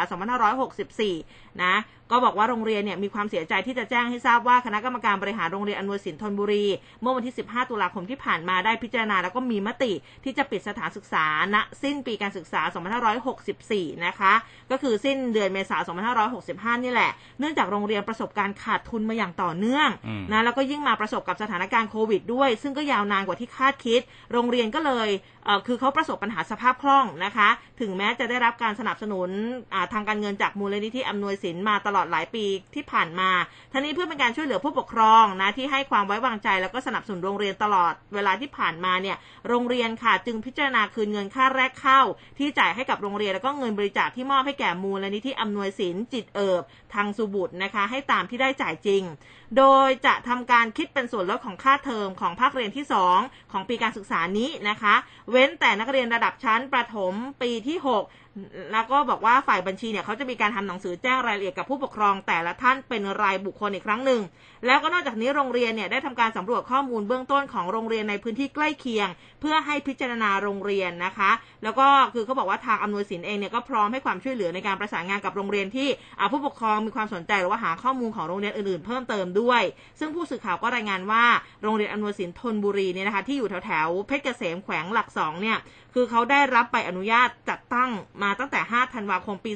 2564นะก็บอกว่าโรงเรียนเนี่ยมีความเสียใจที่จะแจ้งให้ทราบว่าคณะกรรมการบริหารโรงเรียนอำนวยสินธนบุรีเมื่อวันที่15ตุลาคมที่ผ่านมาได้พิจารณาแล้วก็มีมติที่จะปิดสถานศึกษาณสิ้นปีการศึกษา2564นะคะก็คือสิ้นเดือนเมษายน2565นี่แหละเนื่องจากโรงเรียนประสบการณ์ขาดทุนมาอย่างต่อเนื่องนะแล้วก็ยิ่งมาประสบกับสถานการณ์โควิดด้วยซึ่งก็ยาวนานกว่าที่คาดคิดโรงเรียนก็เลยคือเขาประสบปัญหาสภาพคล่องนะคะถึงแม้จะได้รับการสนับสนุนทางการเงินจากมูลนิธิอำนวยสินมาตลอดหลายปีที่ผ่านมาทั้งนี้เพื่อเป็นการช่วยเหลือผู้ปกครองนะที่ให้ความไว้วางใจแล้วก็สนับสนุนโรงเรียนตลอดเวลาที่ผ่านมาเนี่ยโรงเรียนค่ะจึงพิจารณาคืนเงินค่าแรกเข้าที่จ่ายให้กับโรงเรียนแล้วก็เงินบริจาคที่มอบให้แก่มูลนิธิอำนวยสินจิตเอิบทางสุบุตรนะคะให้ตามที่ได้จ่ายจริงโดยจะทำการคิดเป็นส่วนลดของค่าเทอมของภาคเรียนที่2ของปีการศึกษานี้นะคะเว้นแต่นักเรียนระดับชั้นประถมปีที่6แล้วก็บอกว่าฝ่ายบัญชีเนี่ยเขาจะมีการทำหนังสือแจ้งรายละเอียดกับผู้ปกครองแต่ละท่านเป็นรายบุคคลอีกครั้งหนึ่งแล้วก็นอกจากนี้โรงเรียนเนี่ยได้ทำการสำรวจข้อมูลเบื้องต้นของโรงเรียนในพื้นที่ใกล้เคียงเพื่อให้พิจารณาโรงเรียนนะคะแล้วก็คือเขาบอกว่าทางอำนวยสินเองเนี่ยก็พร้อมให้ความช่วยเหลือในการประสานงานกับโรงเรียนที่ผู้ปกครองมีความสนใจหรือว่าหาข้อมูลของโรงเรียนอื่นๆเพิ่มเติมด้วยซึ่งผู้สื่อข่าวก็รายงานว่าโรงเรียนอำนวยสินธนบุรีเนี่ยนะคะที่อยู่แถวๆเพชรเกษมแขวงหลัก2เนี่ยคือเขาได้รับใบอนุญาตจัดตั้งมาตั้งแต่5ธันวาคมปี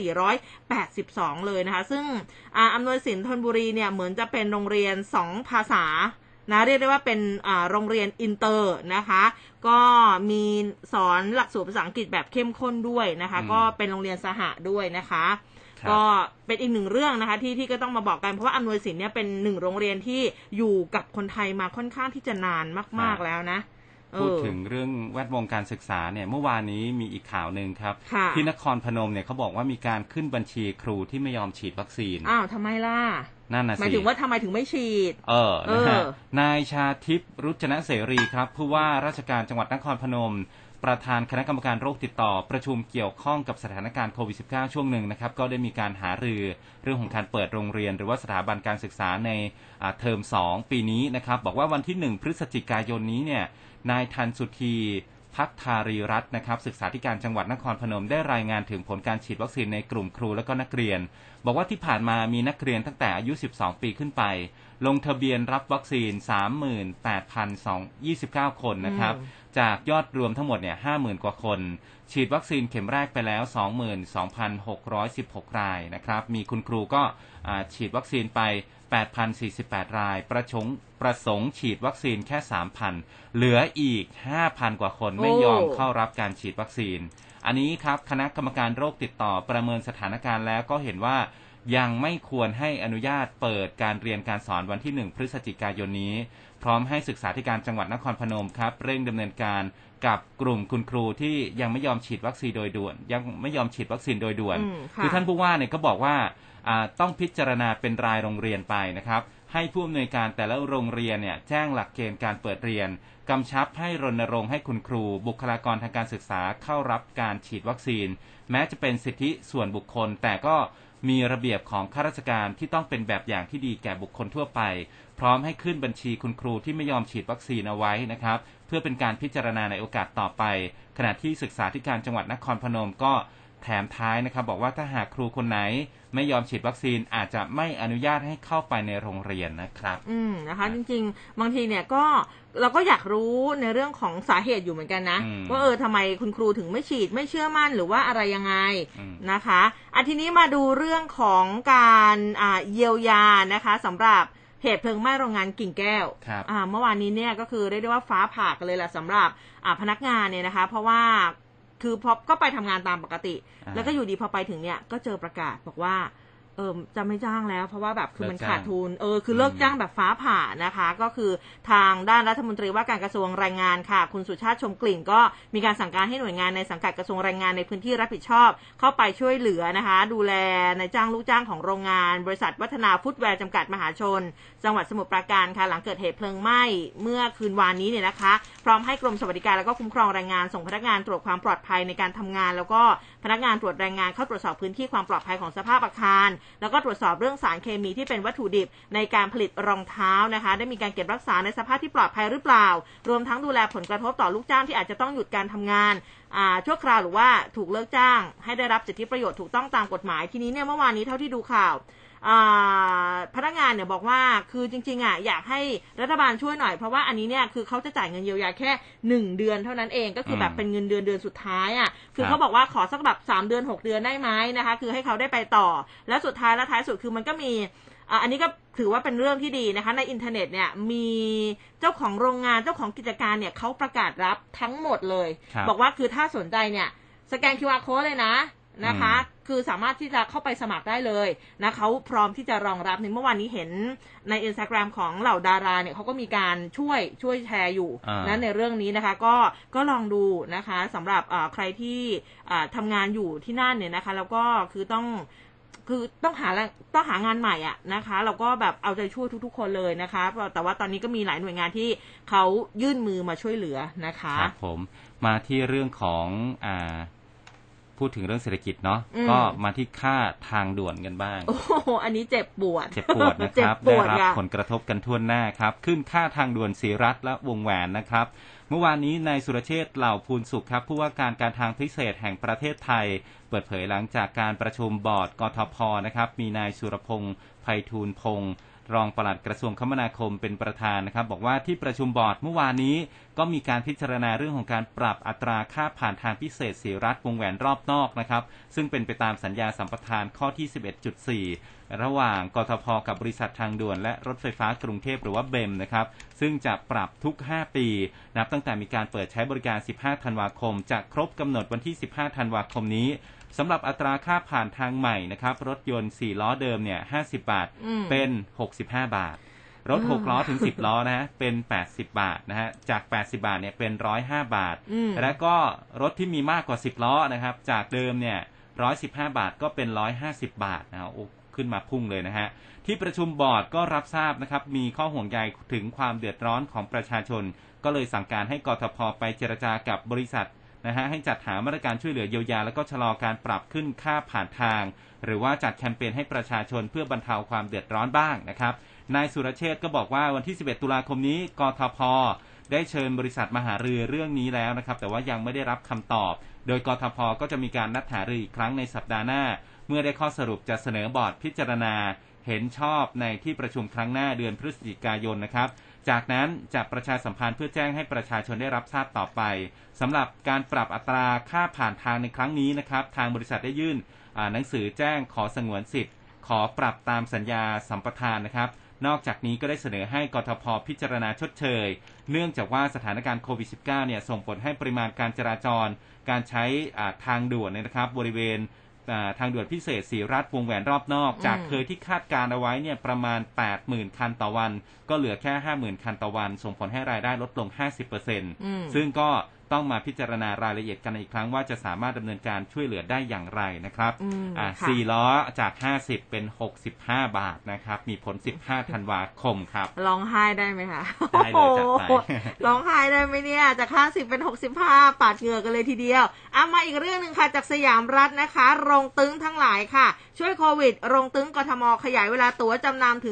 2482เลยนะคะซึ่งอำนวยสินธนบุรีเนี่ยเหมือนจะเป็นโรงเรียน2ภาษานะเรียกได้ว่าเป็นโรงเรียนอินเตอร์นะคะก็มีสอนหลักสูตรภาษาอังกฤษแบบเข้มข้นด้วยนะคะก็เป็นโรงเรียนสหะด้วยนะคะก็เป็นอีกหนึ่งเรื่องนะคะที่ก็ต้องมาบอกกันเพราะว่าอำนวยสินเนี่ยเป็นหนึ่งโรงเรียนที่อยู่กับคนไทยมาค่อนข้างที่จะนานมากๆแล้วนะพูดถึงเรื่องแวดวงการศึกษาเนี่ยเมื่อวานนี้มีอีกข่าวหนึ่งครับที่นครพนมเนี่ยเขาบอกว่ามีการขึ้นบัญชีครูที่ไม่ยอมฉีดวัคซีนอ้าวทำไมล่ะนั่นน่ะสิหมายถึงว่าทำไมถึงไม่ฉีดนะฮะนายชาทิพย์รุจนะเสรีครับผู้ว่าราชการจังหวัดนครพนมประธานคณะกรรมการโรคติดต่อประชุมเกี่ยวข้องกับสถานการณ์โควิด -19 ช่วงหนึ่งนะครับก็ได้มีการหารือเรื่องของการเปิดโรงเรียนหรือว่าสถาบันการศึกษาในเทอม2ปีนี้นะครับบอกว่าวันที่1พฤศจิกายนนี้เนี่ยนายทันสุธีพักธารีรัตน์นะครับศึกษาธิการจังหวัดนครพนมได้รายงานถึงผลการฉีดวัคซีนในกลุ่มครูและก็นักเรียนบอกว่าที่ผ่านมามีนักเรียนตั้งแต่อายุ12ปีขึ้นไปลงทะเบียนรับวัคซีน 38,229 คนนะครับจากยอดรวมทั้งหมดเนี่ย 50,000 กว่าคนฉีดวัคซีนเข็มแรกไปแล้ว 22,616 รายนะครับมีคุณครูก็ฉีดวัคซีนไป 8,048 รายประสงค์ฉีดวัคซีนแค่ 3,000 เหลืออีก 5,000 กว่าคนไม่ยอมเข้ารับการฉีดวัคซีนอันนี้ครับคณะกรรมการโรคติดต่อประเมินสถานการณ์แล้วก็เห็นว่ายังไม่ควรให้อนุญาตเปิดการเรียนการสอนวันที่1พฤศจิกายนนี้พร้อมให้ศึกษาธิการจังหวัดนครพนมครับเร่งดำเนินการกับกลุ่มคุณครูที่ยังไม่ยอมฉีดวัคซีนโดยด่วนคือท่านผู้ว่าเนี่ยก็บอกว่าต้องพิจารณาเป็นรายโรงเรียนไปนะครับให้ผู้อำนวยการแต่ละโรงเรียนเนี่ยแจ้งหลักเกณฑ์การเปิดเรียนกำชับให้รณรงค์ให้คุณครูบุคลากรทางการศึกษาเข้ารับการฉีดวัคซีนแม้จะเป็นสิทธิส่วนบุคคลแต่ก็มีระเบียบของข้าราชการที่ต้องเป็นแบบอย่างที่ดีแก่บุคคลทั่วไปพร้อมให้ขึ้นบัญชีคุณครูที่ไม่ยอมฉีดวัคซีนเอาไว้นะครับเพื่อเป็นการพิจารณาในโอกาสต่อไปขณะที่ศึกษาธิการจังหวัดนครพนมก็แถมท้ายนะครับบอกว่าถ้าหากครูคนไหนไม่ยอมฉีดวัคซีนอาจจะไม่อนุญาตให้เข้าไปในโรงเรียนนะครับนะคะจริงๆบางทีเนี่ยก็เราก็อยากรู้ในเรื่องของสาเหตุอยู่เหมือนกันนะว่าทำไมคุณครูถึงไม่ฉีดไม่เชื่อมั่นหรือว่าอะไรยังไงนะคะทีนี้มาดูเรื่องของการเยียวยานะคะสำหรับเหตุเพลิงไหม้โรงงานกิ่งแก้วเมื่อวานนี้เนี่ยก็คือเรียกได้ว่าฟ้าผ่ากันเลยแหละสำหรับพนักงานเนี่ยนะคะเพราะว่าคือพอก็ไปทำงานตามปกติแล้วก็อยู่ดีพอไปถึงเนี่ยก็เจอประกาศบอกว่าจะไม่จ้างแล้วเพราะว่าแบบคือมันขาดทุนคือเลิกจ้างแบบฟ้าผ่านะคะก็คือทางด้านรัฐมนตรีว่าการกระทรวงแรงงานค่ะคุณสุชาติชมกลิ่นก็มีการสั่งการให้หน่วยงานในสังกัดกระทรวงแรงงานในพื้นที่รับผิดชอบเข้าไปช่วยเหลือนะคะดูแลนายจ้างลูกจ้างของโรงงานบริษัทวัฒนาฟุตแวร์จำกัดมหาชนจังหวัดสมุทรปราการค่ะหลังเกิดเหตุเพลิงไหม้เมื่อคืนวานนี้เนี่ยนะคะพร้อมให้กรมสวัสดิการและก็คุ้มครองแรงงานส่งพนักงานตรวจความปลอดภัยในการทำงานแล้วก็พนักงานตรวจแรงงานเข้าตรวจสอบพื้นที่ความปลอดภัยของสภาพอาคารแล้วก็ตรวจสอบเรื่องสารเคมีที่เป็นวัตถุดิบในการผลิตรองเท้านะคะได้มีการเก็บรักษาในสภาพที่ปลอดภัยหรือเปล่ารวมทั้งดูแลผลกระทบต่อลูกจ้างที่อาจจะต้องหยุดการทำงานชั่วคราวหรือว่าถูกเลิกจ้างให้ได้รับสิทธิประโยชน์ถูกต้องตามกฎหมายทีนี้เนี่ยเมื่อวานนี้เท่าที่ดูข่าวพนักงานเนี่ยบอกว่าคือจริงๆอยากให้รัฐบาลช่วยหน่อยเพราะว่าอันนี้เนี่ยคือเขาจะจ่ายเงินเยียวยาแค่1เดือนเท่านั้นเองก็คือแบบเป็นเงินเดือนสุดท้ายคือเขาบอกว่าขอสักแบบ3เดือน6เดือนได้ไหมนะคะคือให้เขาได้ไปต่อแล้วสุดท้ายและท้ายสุดคือมันก็มีอันนี้ก็ถือว่าเป็นเรื่องที่ดีนะคะในอินเทอร์เน็ตเนี่ยมีเจ้าของโรงงานเจ้าของกิจการเนี่ยเขาประกาศรับทั้งหมดเลยบอกว่าคือถ้าสนใจเนี่ยสแกน QR code เลยนะคะคือสามารถที่จะเข้าไปสมัครได้เลยนะเขาพร้อมที่จะรองรับในเมื่อวานนี้เห็นใน Instagram ของเหล่าดาราเนี่ยเขาก็มีการช่วยแชร์อยู่นะในเรื่องนี้นะคะก็ลองดูนะคะสำหรับใครที่ทำงานอยู่ที่นั่นเนี่ยนะคะแล้วก็คือต้องหางานใหม่นะคะเราก็แบบเอาใจช่วยทุกๆคนเลยนะคะแต่ว่าตอนนี้ก็มีหลายหน่วยงานที่เขายื่นมือมาช่วยเหลือนะคะครับผมมาที่เรื่องของพูดถึงเรื่องเศรษฐกิจเนาะก็มาที่ค่าทางด่วนกันบ้างโอ้โหอันนี้เจ็บปวดนะครับได้รับผลกระทบกันทั่วหน้าครับขึ้นค่าทางด่วนศรีรัตน์และวงแหวนนะครับเมื่อวานนี้นายสุรเชษฐ์เหล่าภูลสุขครับผู้ว่าการทางพิเศษแห่งประเทศไทยเปิดเผยหลังจากการประชุมบอร์ดกทพ.นะครับมีนายสุรพงษ์ไพฑูรย์พงษ์รองปลัดกระทรวงคมนาคมเป็นประธานนะครับบอกว่าที่ประชุมบอร์ดเมื่อวานนี้ก็มีการพิจารณาเรื่องของการปรับอัตราค่าผ่านทางพิเศษศรีรัตน์วงแหวนรอบนอกนะครับซึ่งเป็นไปตามสัญญาสัมปทานข้อที่ 11.4 ระหว่างกทพ.กับบริษัททางด่วนและรถไฟฟ้ากรุงเทพหรือว่าเบมนะครับซึ่งจะปรับทุก5ปีนับตั้งแต่มีการเปิดใช้บริการ15ธันวาคมจะครบกำหนดวันที่15ธันวาคมนี้สำหรับอัตราค่าผ่านทางใหม่นะครับรถยนต์4ล้อเดิมเนี่ย50 บาทเป็น65 บาทรถ6ล้อถึง10ล้อนะฮะเป็น80บาทนะฮะจาก80บาทเนี่ยเป็น105บาทแล้วก็รถที่มีมากกว่า10ล้อนะครับจากเดิมเนี่ย115บาทก็เป็น150บาทนะขึ้นมาพุ่งเลยนะฮะที่ประชุมบอร์ดก็รับทราบนะครับมีข้อห่วงใยถึงความเดือดร้อนของประชาชนก็เลยสั่งการให้กทพ.ไปเจรจากับบริษัทนะฮะให้จัดหามาตรการช่วยเหลือเยียวยาแล้วก็ชะลอการปรับขึ้นค่าผ่านทางหรือว่าจัดแคมเปญให้ประชาชนเพื่อบรรเทาความเดือดร้อนบ้างนะครับนายสุรเชษฐ์ก็บอกว่าวันที่11ตุลาคมนี้กทพ.ได้เชิญบริษัทมาหารือเรื่องนี้แล้วนะครับแต่ว่ายังไม่ได้รับคำตอบโดยกทพ.ก็จะมีการนัดหารืออีกครั้งในสัปดาห์หน้าเมื่อได้ข้อสรุปจะเสนอบอร์ดพิจารณาเห็นชอบในที่ประชุมครั้งหน้าเดือนพฤศจิกายนนะครับจากนั้นจะประชาสัมพันธ์เพื่อแจ้งให้ประชาชนได้รับทราบต่อไปสำหรับการปรับอัตราค่าผ่านทางในครั้งนี้นะครับทางบริษัทได้ยื่นหนังสือแจ้งขอสงวนสิทธิ์ขอปรับตามสัญญาสัมปทานนะครับนอกจากนี้ก็ได้เสนอให้กทพ.พิจารณาชดเชยเนื่องจากว่าสถานการณ์โควิด -19 เนี่ยส่งผลให้ปริมาณการจราจรการใช้ทางด่วนนะครับบริเวณทางด่วนพิเศษศรีรัตน์วงแหวนรอบนอกจากเคยที่คาดการเอาไว้เนี่ยประมาณ 80,000 คันต่อวันก็เหลือแค่ 50,000 คันต่อวันส่งผลให้รายได้ลดลง 50% ซึ่งก็ต้องมาพิจารณารายละเอียดกันอีกครั้งว่าจะสามารถดำเนินการช่วยเหลือได้อย่างไรนะครับ4ล้อจาก50เป็น65บาทนะครับมีผล15ธันวาคมครับร้องไห้ได้ไหมคะได้เลยจัดไปร้องไห้ได้ไหมเนี่ยจาก50เป็น65ปาดเหงื่อกันเลยทีเดียวมาอีกเรื่องนึงค่ะจากสยามรัฐนะคะโรงตึ้งทั้งหลายค่ะช่วยโควิดโรงตึ้งกทม.ขยายเวลาตั๋วจำนำถึง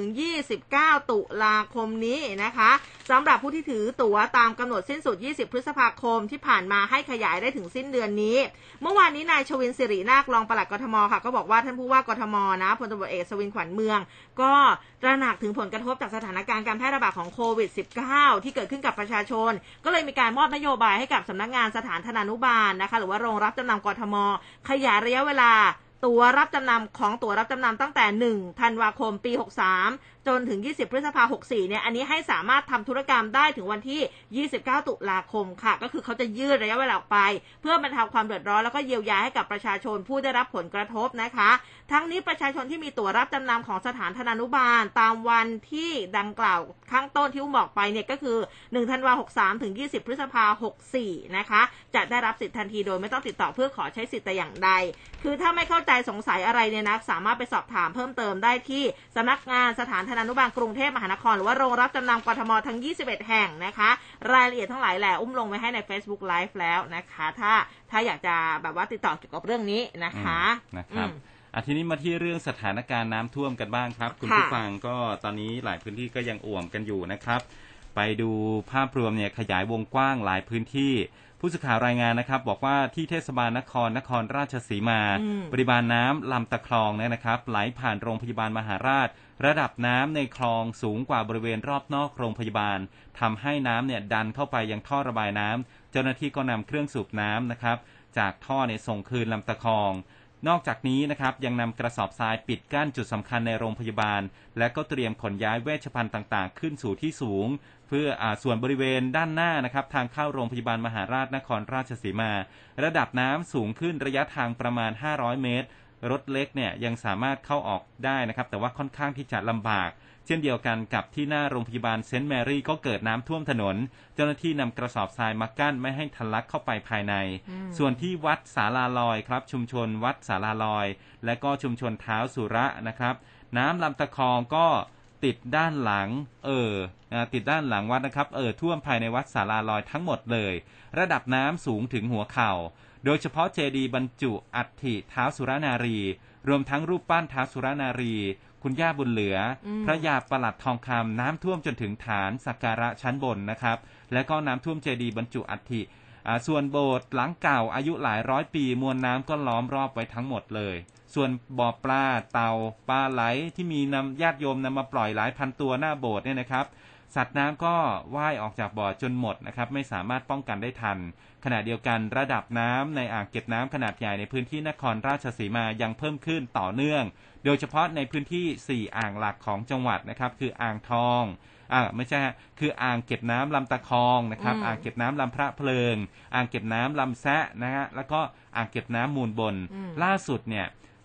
29ตุลาคมนี้นะคะสำหรับผู้ที่ถือตั๋วตามกำหนดสิ้นสุด20พฤษภาคมที่ผ่านมาให้ขยายได้ถึงสิ้นเดือนนี้เมื่อวานนี้นายชวินศิรินาครองปลัดกทม.ค่ะก็บอกว่าท่านผู้ว่ากทม.นะพลตำรวจเอกชวินขวัญเมืองก็ตระหนักถึงผลกระทบจากสถานการณ์การแพร่ระบาดของโควิด -19 ที่เกิดขึ้นกับประชาชนก็เลยมีการมอบนโยบายให้กับสำนักงานสถานธนานุบาลนะคะหรือว่าโรงรับจำนำกทม.ขยายระยะเวลาตั๋วรับจำนำของตั๋วรับจำนำตั้งแต่1ธันวาคมปี63จนถึง20พฤษภาคม64เนี่ยอันนี้ให้สามารถทำธุรกรรมได้ถึงวันที่29ตุลาคมค่ะก็คือเขาจะยืดระยะเวลาออกไปเพื่อบรรเทาความเดือดร้อนแล้วก็เยียวยาให้กับประชาชนผู้ได้รับผลกระทบนะคะทั้งนี้ประชาชนที่มีตั๋วรับจำนำของสถานธนานุบาลตามวันที่ดังกล่าวข้างต้นที่อุ้มบอกไปเนี่ยก็คือ1ธันวาคม63ถึง20พฤษภาคม64นะคะจะได้รับสิทธิ์ทันทีโดยไม่ต้องติดต่อเพื่อขอใช้สิทธิ์แต่อย่างใดคือถ้าไม่เข้าใจสงสัยอะไรเนี่ยนะสามารถไปสอบถามเพิ่มเติมได้ที่สำนักงานสถานธนานุบาลกรุงเทพมหานครหรือว่าโรงรับจำนำกทมทั้ง21แห่งนะคะรายละเอียดทั้งหลายแหละอุ้มลงไว้ให้ใน Facebook Live แล้วนะคะถ้าอยากจะแบบว่าติดต่อเกี่ยวกับเรื่องนี้นะคะนะครับทีนี้มาที่เรื่องสถานการณ์น้ำท่วมกันบ้างครับคุณผู้ฟังก็ตอนนี้หลายพื้นที่ก็ยังอ่วมกันอยู่นะครับไปดูภาพรวมเนี่ยขยายวงกว้างหลายพื้นที่ผู้สื่อข่าวรายงานนะครับบอกว่าที่เทศบาลนครราชสีมาปริมาณน้ำลำตะคลองเนี่ยนะครับไหลผ่านโรงพยาบาลมหาราชระดับน้ำในคลองสูงกว่าบริเวณรอบนอกโรงพยาบาลทำให้น้ำเนี่ยดันเข้าไปยังท่อระบายน้ำเจ้าหน้าที่ก็นำเครื่องสูบน้ำนะครับจากท่อเนี่ยส่งคืนลำตะคลองนอกจากนี้นะครับยังนำกระสอบทรายปิดกั้นจุดสำคัญในโรงพยาบาลและก็เตรียมขนย้ายเวชภัณฑ์ต่างๆขึ้นสู่ที่สูงเพื่อส่วนบริเวณด้านหน้านะครับทางเข้าโรงพยาบาลมหาราชนครราชสีมาระดับน้ำสูงขึ้นระยะทางประมาณ500เมตรรถเล็กเนี่ยยังสามารถเข้าออกได้นะครับแต่ว่าค่อนข้างที่จะลำบากเช่นเดียวกันกับที่หน้าโรงพยาบาลเซนต์แมรี่ก็เกิดน้ำท่วมถนนเจ้าหน้าที่นำกระสอบทรายมากั้นไม่ให้ทะลักเข้าไปภายในส่วนที่วัดศาลาลอยครับชุมชนวัดศาลาลอยและก็ชุมชนเท้าสุระนะครับน้ำลำตะคองก็ติดด้านหลังติดด้านหลังวัดนะครับท่วมภายในวัดศาลาลอยทั้งหมดเลยระดับน้ำสูงถึงหัวเข่าโดยเฉพาะเจดีย์บรรจุอัฐิท้าวสุรนารีรวมทั้งรูปปั้นท้าวสุรนารีคุณย่าบุญเหลือพระยาประหลัดทองคำน้ำท่วมจนถึงฐานสักการะชั้นบนนะครับและก็น้ำท่วมเจดีย์บรรจุอัฐิส่วนโบสถ์หลังเก่าอายุหลายร้อยปีมวลน้ำก็ล้อมรอบไว้ทั้งหมดเลยส่วนบ่อปลาเต่าปลาไหลที่มีญาติโยมนำมาปล่อยหลายพันตัวหน้าโบสถ์เนี่ยนะครับสัตว์น้ำก็ว่ายออกจากบ่อจนหมดนะครับไม่สามารถป้องกันได้ทันขณะเดียวกันระดับน้ำในอ่างเก็บน้ำขนาดใหญ่ในพื้นที่นครราชสีมายังเพิ่มขึ้นต่อเนื่องโดยเฉพาะในพื้นที่4อ่างหลักของจังหวัดนะครับคืออ่างทองไม่ใช่คืออ่างเก็บน้ำลำตะคองนะครับอ่างเก็บน้ำลำพระเพลิงอ่างเก็บน้ำลำแซะนะฮะแล้วก็อ่างเก็บน้ำมูลบนล่าสุดเนี่ย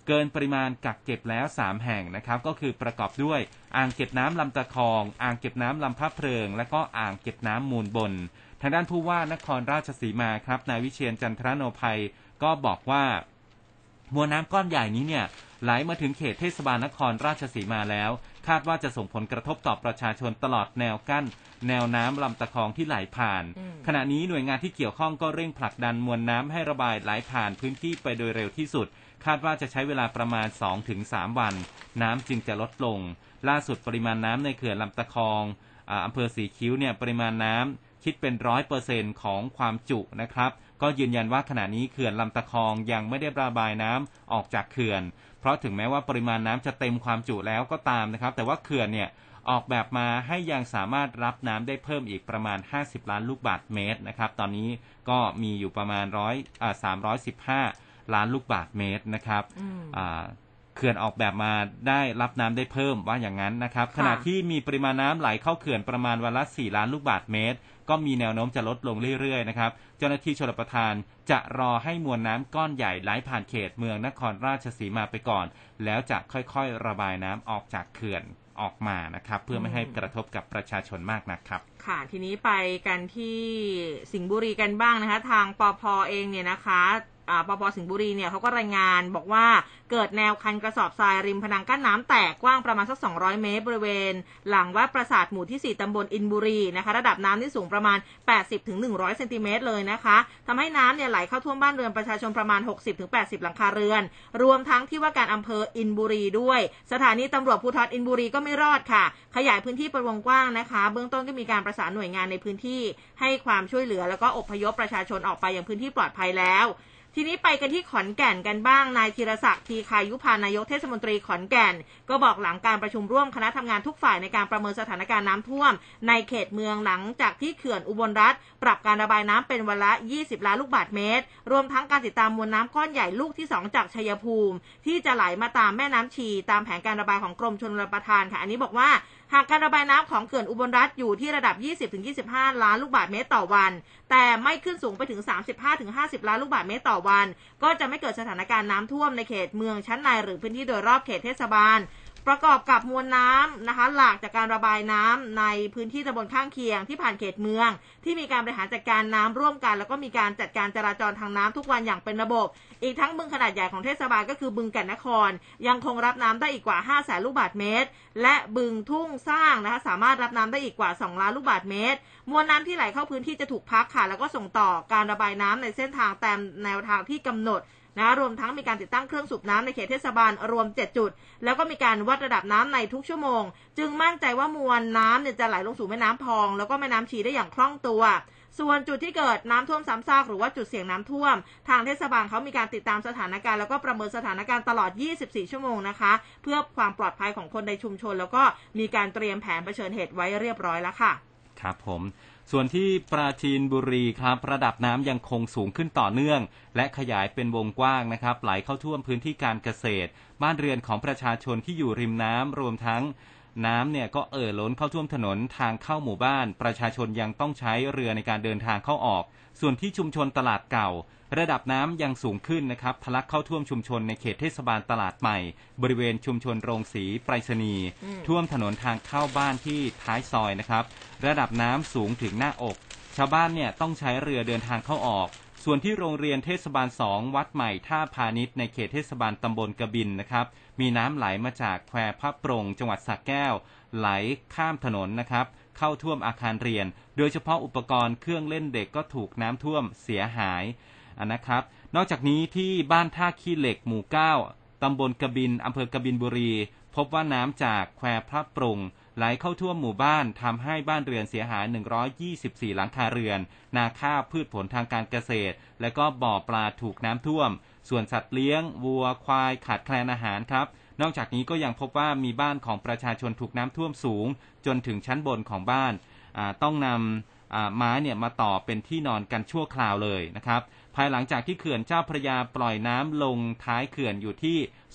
เกินปริมาณกักเก็บแล้ว3แห่งนะครับก็คือประกอบด้วยอ่างเก็บน้ำลำตะคองอ่างเก็บน้ำลำพะเพลิงและก็อ่างเก็บน้ำมูลบนทางด้านผู้ว่านครราชสีมาครับนายวิเชียรจันทรโนภัยก็บอกว่ามวลน้ำก้อนใหญ่นี้เนี่ยไหลมาถึงเขตเทศบาลนครราชสีมาแล้วคาดว่าจะส่งผลกระทบต่อประชาชนตลอดแนวกั้นแนวน้ำลำตะคองที่ไหลผ่านขณะนี้หน่วยงานที่เกี่ยวข้องก็เร่งผลักดันมวลน้ำให้ระบายไหลผ่านพื้นที่ไปโดยเร็วที่สุดคาดว่าจะใช้เวลาประมาณ 2-3 วันน้ำจึงจะลดลงล่าสุดปริมาณน้ำในเขื่อนลำตะคองอำเภอสีคิ้วเนี่ยปริมาณน้ำคิดเป็น 100% ของความจุนะครับก็ยืนยันว่าขณะนี้เขื่อนลำตะคองยังไม่ได้ระบายน้ำออกจากเขื่อนเพราะถึงแม้ว่าปริมาณน้ำจะเต็มความจุแล้วก็ตามนะครับแต่ว่าเขื่อนเนี่ยออกแบบมาให้ยังสามารถรับน้ำได้เพิ่มอีกประมาณ50ล้านลูกบาศก์เมตรนะครับตอนนี้ก็มีอยู่ประมาณ315ล้านลูกบาศก์เมตรนะครับเขื่อนออกแบบมาได้รับน้ำได้เพิ่มว่าอย่างนั้นนะครับขณะที่มีปริมาณน้ำไหลเข้าเขื่อนประมาณวันละ4ล้านลูกบาศก์เมตรก็มีแนวโน้มจะลดลงเรื่อยๆนะครับเจ้าหน้าที่ชลประทานจะรอให้มวลน้ำก้อนใหญ่ไหลผ่านเขตเมืองนครราชสีมาไปก่อนแล้วจะค่อยๆระบายน้ำออกจากเขื่อนออกมานะครับเพื่อไม่ให้กระทบกับประชาชนมากนักครับค่ะทีนี้ไปกันที่สิงห์บุรีกันบ้างนะคะทางปภ.เองเนี่ยนะคะปภ.สิงห์บุรีเนี่ยเขาก็รายงานบอกว่าเกิดแนวคันกระสอบทรายริมผนังกั้นน้ำแตกกว้างประมาณสัก200 เมตรบริเวณหลังวัดปราสาทหมู่ที่4ตำบลอินบุรีนะคะระดับน้ำที่สูงประมาณ 80-100 เซนติเมตรเลยนะคะทำให้น้ำเนี่ยไหลเข้าท่วมบ้านเรือนประชาชนประมาณ 60-80 หลังคาเรือนรวมทั้งที่ว่าการอำเภออินบุรีด้วยสถานีตำรวจภูธรอินบุรีก็ไม่รอดค่ะขยายพื้นที่เป็นวงกว้างนะคะเบื้องต้นก็มีการประสานหน่วยงานในพื้นที่ให้ความช่วยเหลือแล้วก็อพยพประชาชนออกไปยังพื้นที่ปลอดภัยแล้วทีนี้ไปกันที่ขอนแก่นกันบ้างนายธีรศักดิ์ทีคายุพานายกเทศมนตรีขอนแก่นก็บอกหลังการประชุมร่วมคณะทำงานทุกฝ่ายในการประเมินสถานการณ์น้ำท่วมในเขตเมืองหลังจากที่เขื่อนอุบลรัฐปรับการระบายน้ำเป็นวันละ20ล้านลูกบาศก์เมตรรวมทั้งการติดตามมวลน้ำก้อนใหญ่ลูกที่2จากชัยภูมิที่จะไหลมาตามแม่น้ำชีตามแผนการระบายของกรมชลประทานค่ะอันนี้บอกว่าหากการระบายน้ำของเขื่อนอุบลรัฐอยู่ที่ระดับ 20-25 ล้านลูกบาศก์เมตรต่อวันแต่ไม่ขึ้นสูงไปถึง 35-50 ล้านลูกบาศก์เมตรต่อวันก็จะไม่เกิดสถานการณ์น้ำท่วมในเขตเมืองชั้นในหรือพื้นที่โดยรอบเขตเทศบาลประกอบกับมวลน้ำนะคะหลากจากการระบายน้ำในพื้นที่ตำบลข้างเคียงที่ผ่านเขตเมืองที่มีการบริหารจัดการน้ำร่วมกันแล้วก็มีการจัดการจราจรทางน้ำทุกวันอย่างเป็นระบบอีกทั้งบึงขนาดใหญ่ของเทศบาลก็คือบึงแก่นนครยังคงรับน้ำได้อีกกว่า 500,000 ลูกบาศก์เมตรและบึงทุ่งสร้างนะคะสามารถรับน้ำได้อีกกว่า2ล้านลูกบาศก์เมตรมวลน้ำที่ไหลเข้าพื้นที่จะถูกพักค่ะแล้วก็ส่งต่อการระบายน้ำในเส้นทางตามแนวทางที่กำหนดรวมทั้งมีการติดตั้งเครื่องสูบน้ำในเขตเทศบาลรวม7จุดแล้วก็มีการวัดระดับน้ำในทุกชั่วโมงจึงมั่นใจว่ามวลน้ำเนี่ยจะไหลลงสู่แม่น้ำพองแล้วก็แม่น้ำชีได้อย่างคล่องตัวส่วนจุดที่เกิดน้ำท่วมซ้ำซากหรือว่าจุดเสี่ยงน้ำท่วมทางเทศบาลเขามีการติดตามสถานการณ์แล้วก็ประเมินสถานการณ์ตลอด24ชั่วโมงนะคะเพื่อความปลอดภัยของคนในชุมชนแล้วก็มีการเตรียมแผนเผชิญเหตุไว้เรียบร้อยแล้วค่ะครับผมส่วนที่ปราจีนบุรีครับระดับน้ำยังคงสูงขึ้นต่อเนื่องและขยายเป็นวงกว้างนะครับไหลเข้าท่วมพื้นที่การเกษตรบ้านเรือนของประชาชนที่อยู่ริมน้ำรวมทั้งน้ำเนี่ยก็ล้นเข้าท่วมถนนทางเข้าหมู่บ้านประชาชนยังต้องใช้เรือในการเดินทางเข้าออกส่วนที่ชุมชนตลาดเก่าระดับน้ำยังสูงขึ้นนะครับทะลักเข้าท่วมชุมชนในเขตเทศบาลตลาดใหม่บริเวณชุมชนโรงสีไปรษณีย์ท่วมถนนทางเข้าบ้านที่ท้ายซอยนะครับระดับน้ำสูงถึงหน้าอกชาวบ้านเนี่ยต้องใช้เรือเดินทางเข้าออกส่วนที่โรงเรียนเทศบาล2วัดใหม่ท่าพาณิชย์ในเขตเทศบาลตำบลกบินนะครับมีน้ำไหลมาจากแควพระปรงจังหวัดสระแก้วไหลข้ามถนนนะครับเข้าท่วมอาคารเรียนโดยเฉพาะอุปกรณ์เครื่องเล่นเด็กก็ถูกน้ำท่วมเสียหายนะครับนอกจากนี้ที่บ้านท่าขี้เหล็กหมู่9ตำบลกบินอำเภอกบินบุรีพบว่าน้ำจากแควพระปรงไหลเข้าท่วมหมู่บ้านทำให้บ้านเรือนเสียหาย124หลังคาเรือนนาข้าวพืชผลทางการเกษตรและก็บ่อปลาถูกน้ำท่วมส่วนสัตว์เลี้ยงวัวควายขาดแคลนอาหารครับนอกจากนี้ก็ยังพบว่ามีบ้านของประชาชนถูกน้ำท่วมสูงจนถึงชั้นบนของบ้านต้องนำไม้เนี่ยมาต่อเป็นที่นอนกันชั่วคราวเลยนะครับภายหลังจากที่เขื่อนเจ้าพระยาปล่อยน้ำลงท้ายเขื่อนอยู่ที่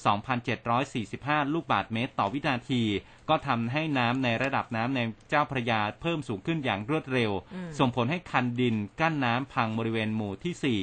2,745 ลูกบาศก์เมตรต่อวินาทีก็ทำให้น้ำในระดับน้ำในเจ้าพระยาเพิ่มสูงขึ้นอย่างรวดเร็วส่งผลให้คันดินกั้นน้ำพังบริเวณหมู่ที่4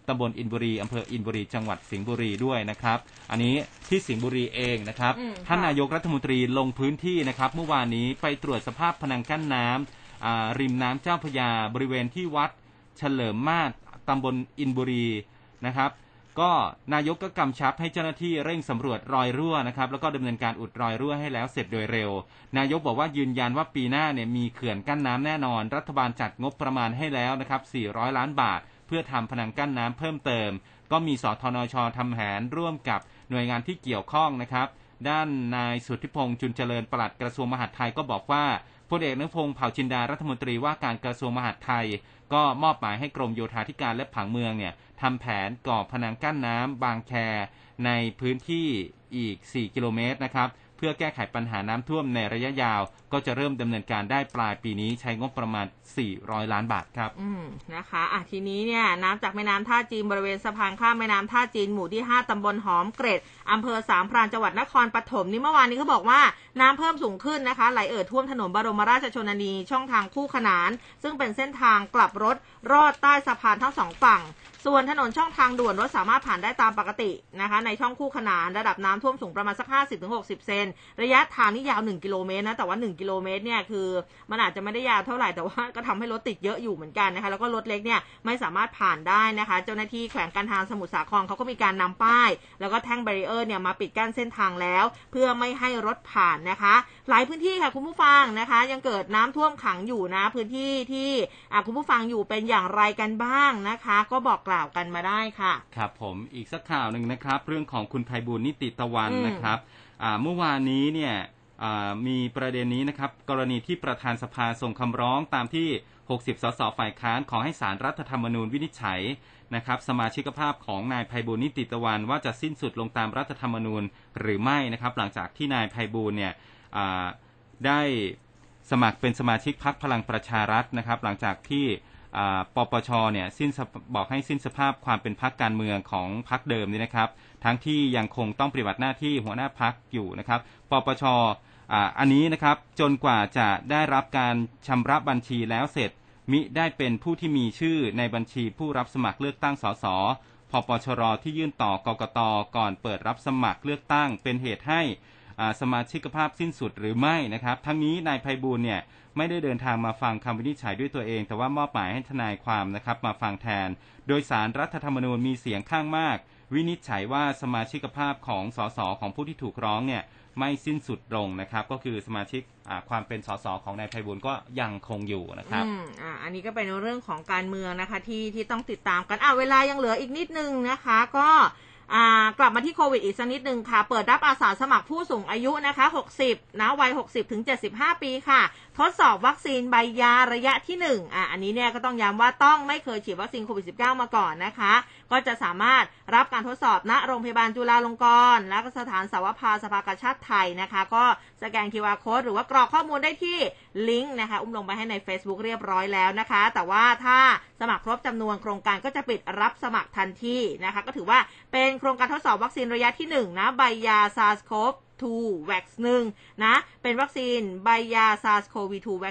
ตำบลอินบุรีอำเภออินบุรีจังหวัดสิงห์บุรีด้วยนะครับอันนี้ที่สิงห์บุรีเองนะครับท่านนายกรัฐมนตรีลงพื้นที่นะครับเมื่อวานนี้ไปตรวจสภาพพนังกั้นน้ำริมน้ำเจ้าพระยาบริเวณที่วัดเฉลิมมาศตำบลอินบุรีนะครับก็นายกก็กำชับให้เจ้าหน้าที่เร่งสำรวจรอยรั่วนะครับแล้วก็ดำเนินการอุดรอยรั่วให้แล้วเสร็จโดยเร็วนายกบอกว่ายืนยันว่าปีหน้าเนี่ยมีเขื่อนกั้นน้ำแน่นอนรัฐบาลจัดงบประมาณให้แล้วนะครับ400 ล้านบาทเพื่อทำพนังกั้นน้ำเพิ่มเติมก็มีสทนช.ทำแผนร่วมกับหน่วยงานที่เกี่ยวข้องนะครับด้านนายสุทธิพงษ์จุลเจริญปลัดกระทรวงมหาดไทยก็บอกว่าพลเอกอนุพงษ์เผ่าจินดารัฐมนตรีว่าการกระทรวงมหาดไทยก็มอบหมายให้กรมโยธาธิการและผังเมืองเนี่ยทำแผนก่อพนังกั้นน้ำบางแคในพื้นที่อีก4 กิโลเมตรนะครับเพื่อแก้ไขปัญหาน้ำท่วมในระยะยาวก็จะเริ่มดำเนินการได้ปลายปีนี้ใช้งบประมาณ400 ล้านบาทครับนะคะทีนี้เนี่ยน้ำจากแม่น้ำท่าจีนบริเวณสะพานข้ามแม่น้ำท่าจีนหมู่ที่5ตำบลหอมเกร็ดอำเภอสามพรานจังหวัดนครปฐมนี่เมื่อวานนี้เขาบอกว่าน้ำเพิ่มสูงขึ้นนะคะไหลท่วมถนนบรมราชชนนีช่องทางคู่ขนานซึ่งเป็นเส้นทางกลับรถรอดใต้สะพานทั้งสองฝั่งส่วนถนนช่องทางด่วนรถสามารถผ่านได้ตามปกตินะคะในช่องคู่ขนานระดับน้ำท่วมสูงประมาณสัก 50-60 เซนระยะทางนี่ยาว1 กิโลเมตรนะแต่ว่า1 กิโลเมตรเนี่ยคือมันอาจจะไม่ได้ยาวเท่าไหร่แต่ว่าก็ทำให้รถติดเยอะอยู่เหมือนกันนะคะแล้วก็รถเล็กเนี่ยไม่สามารถผ่านได้นะคะเจ้าหน้าที่แขวงการทางสมุทรสาครเขาก็มีการนำป้ายแล้วก็แท่งแบรีเออร์เนี่ยมาปิดกั้นเส้นทางแล้วเพื่อไม่ให้รถผ่านนะคะหลายพื้นที่ค่ะคุณผู้ฟังนะคะยังเกิดน้ำท่วมขังอยู่นะพื้นที่ที่คุณผู้ฟังอยู่เป็นอย่างไรกันบ้างนะคะก็บอกกล่าวกันมาได้ค่ะครับผมอีกสักข่าวหนึ่งนะครับเรื่องของคุณไพบูลย์นิติตะวันนะครับเมื่อวานนี้เนี่ยมีประเด็นนี้นะครับกรณีที่ประธานสภาส่งคำร้องตามที่60 สสฝ่ายค้านขอให้ศาลรัฐธรรมนูญวินิจฉัยนะครับสมาชิกภาพของนายไพบูลย์นิติตะวันว่าจะสิ้นสุดลงตามรัฐธรรมนูญหรือไม่นะครับหลังจากที่นายไพบูลย์เนี่ยได้สมัครเป็นสมาชิกพรรคพลังประชารัฐนะครับหลังจากที่ปปชเนี่ยบอกให้สิ้นสภาพความเป็นพรรคการเมืองของพรรคเดิมนี่นะครับทั้งที่ยังคงต้องปฏิบัติหน้าที่หัวหน้าพรรคอยู่นะครับปปชอันนี้นะครับจนกว่าจะได้รับการชำระบัญชีแล้วเสร็จมิได้เป็นผู้ที่มีชื่อในบัญชีผู้รับสมัครเลือกตั้งสสพปชรที่ยื่นต่อกกตก่อนเปิดรับสมัครเลือกตั้งเป็นเหตุให้สมาชิกภาพสิ้นสุดหรือไม่นะครับทั้งนี้นายไพบูลย์เนี่ยไม่ได้เดินทางมาฟังคำวินิจฉัยด้วยตัวเองแต่ว่ามอบหมายให้ทนายความนะครับมาฟังแทนโดยศาลรัฐธรรมนูญมีเสียงข้างมากวินิจฉัยว่าสมาชิกภาพของสสของผู้ที่ถูกร้องเนี่ยไม่สิ้นสุดลงนะครับก็คือสมาชิกความเป็นสสของนายไพบูลย์ก็ยังคงอยู่นะครับอันนี้ก็เป็นเรื่องของการเมืองนะคะที่ต้องติดตามกันเวลายังเหลืออีกนิดนึงนะคะก็กลับมาที่โควิดอีกสักนิดนึงค่ะเปิดรับอาสาสมัครผู้สูงอายุนะคะ60นะวัย60ถึง75ปีค่ะทดสอบวัคซีนใบยาระยะที่1อันนี้เนี่ยก็ต้องย้ำว่าต้องไม่เคยฉีดวัคซีนโควิด19มาก่อนนะคะก็จะสามารถรับการทดสอบณโรงพยาบาลจุฬาลงกรณ์และสถานสาวภาสภากาชาดไทยนะคะก็สแกน QR Code หรือว่ากรอกข้อมูลได้ที่ลิงก์นะคะลงไปให้ใน Facebook เรียบร้อยแล้วนะคะแต่ว่าถ้าสมัครครบจำนวนโครงการก็จะปิดรับสมัครทันทีนะคะก็ถือว่าเป็นโครงการทดสอบวัคซีนระยะที่1นะใบยา SARS-CoV-2 Vax 1นะเป็นวัคซีนใบยา SARS-CoV-2 Vax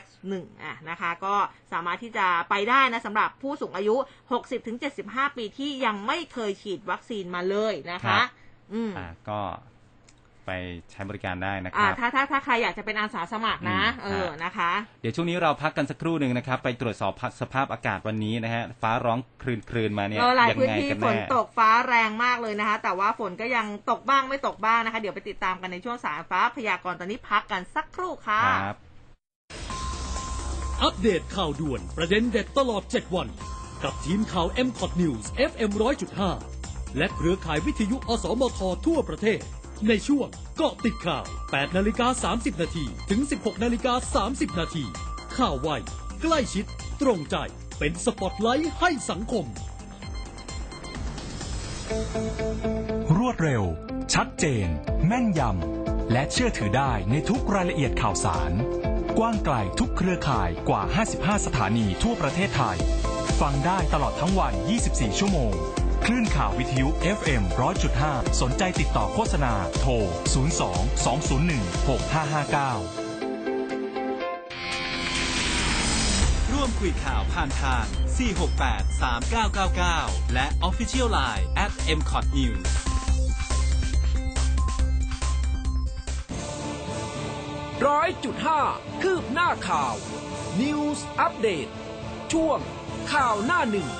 1นะคะก็สามารถที่จะไปได้นะสำหรับผู้สูงอายุ 60-75 ปีที่ยังไม่เคยฉีดวัคซีนมาเลยนะคะก็ไปใช้บริการได้นะครับถ้าใครอยากจะเป็นอาสาสมัครนะนะคะเดี๋ยวช่วงนี้เราพักกันสักครู่หนึ่งนะครับไปตรวจสอบสภาพอากาศวันนี้นะฮะฟ้าร้องคลื่นมาเนี่ยยังไงกันแน่ฝนตกฟ้าแรงมากเลยนะคะแต่ว่าฝนก็ยังตกบ้างไม่ตกบ้างนะคะเดี๋ยวไปติดตามกันในช่วงสายฟ้าพยากรณ์ตอนนี้พักกันสักครู่ค่ะอัปเดตข่าวด่วนประเด็นเด็ดตลอด7วันกับทีมข่าว MCOT News FM 100.5 และเครือข่ายวิทยุอสมททั่วประเทศในช่วงเกาะติดข่าว 8:30 นาทีถึง 16:30 นาทีข่าวไวใกล้ชิดตรงใจเป็นสปอตไลท์ให้สังคมรวดเร็วชัดเจนแม่นยำและเชื่อถือได้ในทุกรายละเอียดข่าวสารกว้างไกลทุกเครือข่ายกว่า55สถานีทั่วประเทศไทยฟังได้ตลอดทั้งวัน24ชั่วโมงคลื่นข่าววิทยุ FM 100.5 สนใจติดต่อโฆษณาโทร 02-201-6559 ร่วมมคุยข่าวผ่านทาง 468-3999 และ Official Line @mcotnews 100.5 คืบหน้าข่าว News Update ช่วงข่าวหน้าหนึ่ง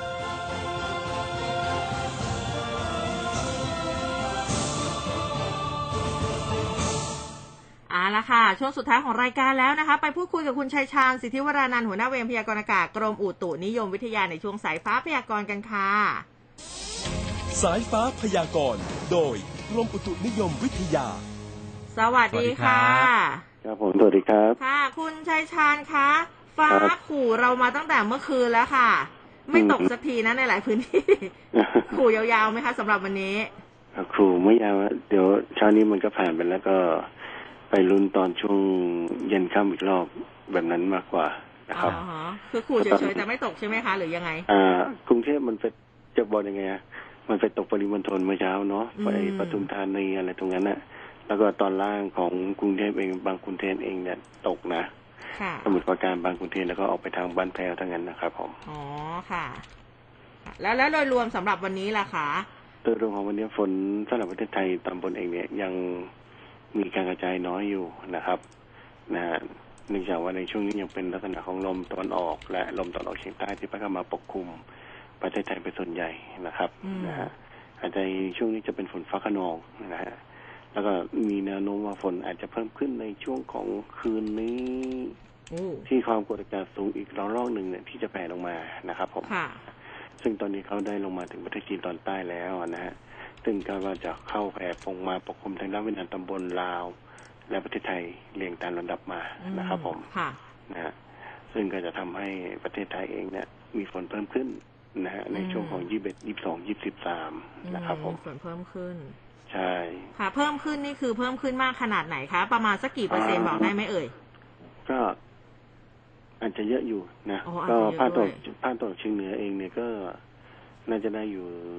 ละค่ะช่วงสุดท้ายของรายการแล้วนะคะไปพูดคุยกับคุณชัยชาญสิทธิวรานันท์หัวหน้าเวรพยากรณ์อากาศกรมอุตุนิยมวิทยาในช่วงสายฟ้าพยากรณ์กันค่ะสายฟ้าพยากรณ์โดยกรมอุตุนิยมวิทยาสวัสดีค่ะครับผมสวัสดีครับค่ะคุณชัยชาญคะฟ้าขู่เรามาตั้งแต่เมื่อคืนแล้วค่ะไม่ตกสักทีนะในหลายพื้นที่ ขู่ยาวๆไหมคะสำหรับวันนี้ขู่ไม่ยาวเดี๋ยวเช้านี้มันก็ผ่านไปแล้วก็ไปลุ้นตอนช่วงเย็นค่ำอีกรอบแบบนั้นมากกว่านะครับคือขู่เฉยๆแต่ไม่ตกใช่ไหมคะหรือยังไงกรุงเทพมันจะบอกยังไงมันไปตกปริมณฑลเมื่อเช้าเนาะไปปทุมธานีอะไรตรงนั้นน่ะแล้วก็ตอนล่างของกรุงเทพเองบางขุนเทียนเองเนี่ยตกนะสมุทรปราการบางขุนเทียนแล้วก็ออกไปทางบ้านแพ้วทั้งนั้นนะครับผมอ๋อค่ะแล้วโดยรวมสำหรับวันนี้ล่ะคะโดยรวมของวันนี้ฝนสำหรับประเทศไทยตอนบนเองเนี่ยยังมีการกระจายน้อยอยู่นะครับนะเนื่องจากว่าในช่วงนี้ยังเป็นลักษณะของลมตะวันออกและลมตะวันออกเฉียงใต้ที่พัดเข้ามาปกคลุมประเทศไทยเป็นส่วนใหญ่นะครับนะฮะอาจจะช่วงนี้จะเป็นฝนฟ้าคะนองนะฮะแล้วก็มีแนวโน้มว่าฝนอาจจะเพิ่มขึ้นในช่วงของคืนนี้ที่ความกดอากาศสูงอีกระลอกหนึ่งเนี่ยที่จะแผ่ลงมานะครับผมซึ่งตอนนี้เขาได้ลงมาถึงประเทศจีนตอนใต้แล้วนะฮะซึ่งก็จะเข้าแผ่ลงมาปกคลุมทางด้านเวียดนามตำบลลาวและประเทศไทยเรียงตามลำดับมานะครับผมนะฮะซึ่งก็จะทำให้ประเทศไทยเองเนี่ยมีฝนเพิ่มขึ้นนะฮะในช่วงของ21 22 23นะครับผมฝนเพิ่มขึ้นใช่ค่ะเพิ่มขึ้นนี่คือเพิ่มขึ้นมากขนาดไหนคะประมาณสักกี่เปอร์เซ็นต์บอกได้ไหมเอ่ยก็อาจจะเยอะอยู่นะก็ภาคตะวันออกเฉียงเหนือเองเนี่ยก็น่าจะได้อยู่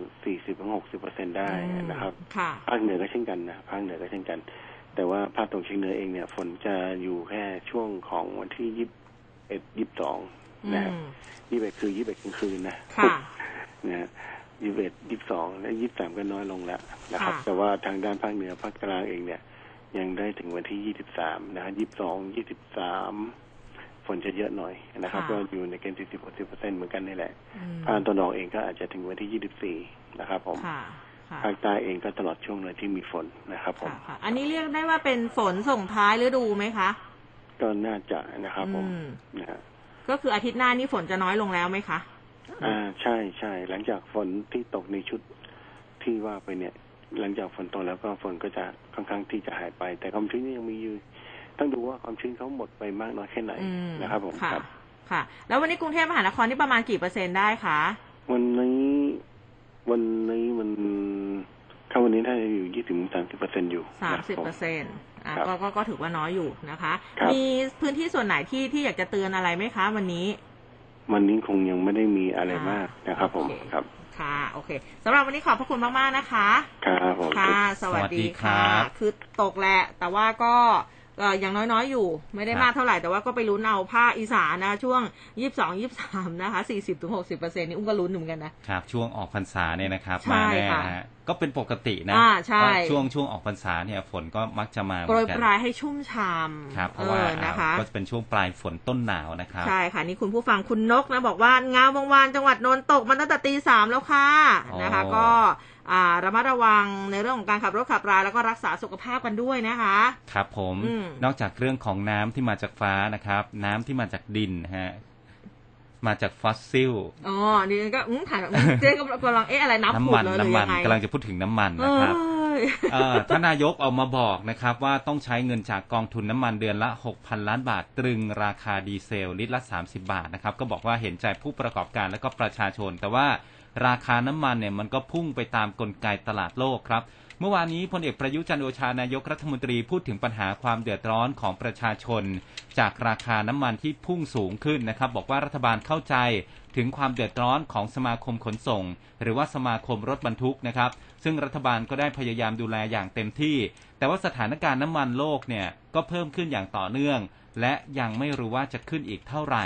40-60% ได้นะครับภาคเหนือก็เช่นกันนะภาคเหนือก็เช่นกันแต่ว่าภาคตะวันออกเฉียงเหนือเองเนี่ยฝนจะอยู่แค่ช่วงของวันที่21 22นะ21คือ21กลางคืนนะนะ21 22และ23ก็น้อยลงแล้วนะครับแต่ว่าทางด้านภาคเหนือภาคกลางเองเนี่ยยังได้ถึงวันที่23นะฮะ22 23ฝนจะเยอะหน่อยนะครับก็อยู่ในเกณฑ์ 40-60% เหมือนกันนี่แหละภาคตะวันออกเองก็อาจจะถึงวันที่24นะครับผมภาคใต้เองก็ตลอดช่วงเลยที่มีฝนนะครับผมอันนี้เรียกได้ว่าเป็นฝนส่งท้ายฤดูไหมคะก็น่าจะนะครับผมนะฮะก็คืออาทิตย์หน้านี่ฝนจะน้อยลงแล้วไหมคะใช่หลังจากฝนที่ตกในชุดที่ว่าไปเนี่ยหลังจากฝนตกแล้วก็ฝนก็จะค่อนข้างที่จะหายไปแต่ความชื้นยังมีอยู่ต้องดูว่าความชื้นเขาหมดไปมากน้อยแค่ไหนนะครับผมครับค่ะแล้ววันนี้กรุงเทพมหานครนี่ประมาณกี่เปอร์เซ็นต์ได้คะวันนี้มันเข้าวันนี้ถ้าจะอยู่ 20-30% อยู่ 30%ก็ถือว่าน้อยอยู่นะคะมีพื้นที่ส่วนไหนที่อยากจะเตือนอะไรไหมคะวันนี้คงยังไม่ได้มีอะไรมากนะครับผมครับค่ะโอเคสำหรับวันนี้ขอบพระคุณมากๆนะคะครับผมค่ะสวัสดีค่ะคือตกแหละแต่ว่าก็อย่างน้อยๆอยู่ไม่ได้มากเท่าไหร่แต่ว่าก็ไปลุ้นเอาภาคอีสานนะช่วง22-23นะคะ 40-60% นี่อุ้มก็ลุ้นเหมือนกันนะครับช่วงออกพรรษาเนี่ยนะครับมาแน่นะก็เป็นปกตินะช่วงออกพรรษาเนี่ยฝนก็มักจะมาโปรยปลายให้ชุ่มฉ่ำครับเพราะว่านะคะก็จะเป็นช่วงปลายฝนต้นหนาวนะครับใช่ค่ะนี่คุณผู้ฟังคุณนกนะบอกว่างาววานจังหวัดนนท์ตกมาตั้งแต่ตี 3แล้วค่ะนะคะก็ระมัดระวังในเรื่องของการขับรถขับราแล้วก็รักษาสุขภาพกันด้วยนะคะครับผมนอกจากเรื่องของน้ำที่มาจากฟ้านะครับน้ำที่มาจากดินฮะมาจากฟอสซิลนี่ก็ถามเจ๊กำลังอะไรน้ำมันกำลังจะพูดถึงน้ำมันนะครับท่านนายกเอามาบอกนะครับว่าต้องใช้เงินจากกองทุนน้ำมันเดือนละ 6,000 ล้านบาทตรึงราคาดีเซลลิตรละ30 บาทนะครับก็บอกว่าเห็นใจผู้ประกอบการและก็ประชาชนแต่ว่าราคาน้ำมันเนี่ยมันก็พุ่งไปตามกลไกตลาดโลกครับเมื่อวานนี้พลเอกประยุทธ์จันทร์โอชานายกรัฐมนตรีพูดถึงปัญหาความเดือดร้อนของประชาชนจากราคาน้ำมันที่พุ่งสูงขึ้นนะครับบอกว่ารัฐบาลเข้าใจถึงความเดือดร้อนของสมาคมขนส่งหรือว่าสมาคมรถบรรทุกนะครับซึ่งรัฐบาลก็ได้พยายามดูแลอย่างเต็มที่แต่ว่าสถานการณ์น้ำมันโลกเนี่ยก็เพิ่มขึ้นอย่างต่อเนื่องและยังไม่รู้ว่าจะขึ้นอีกเท่าไหร่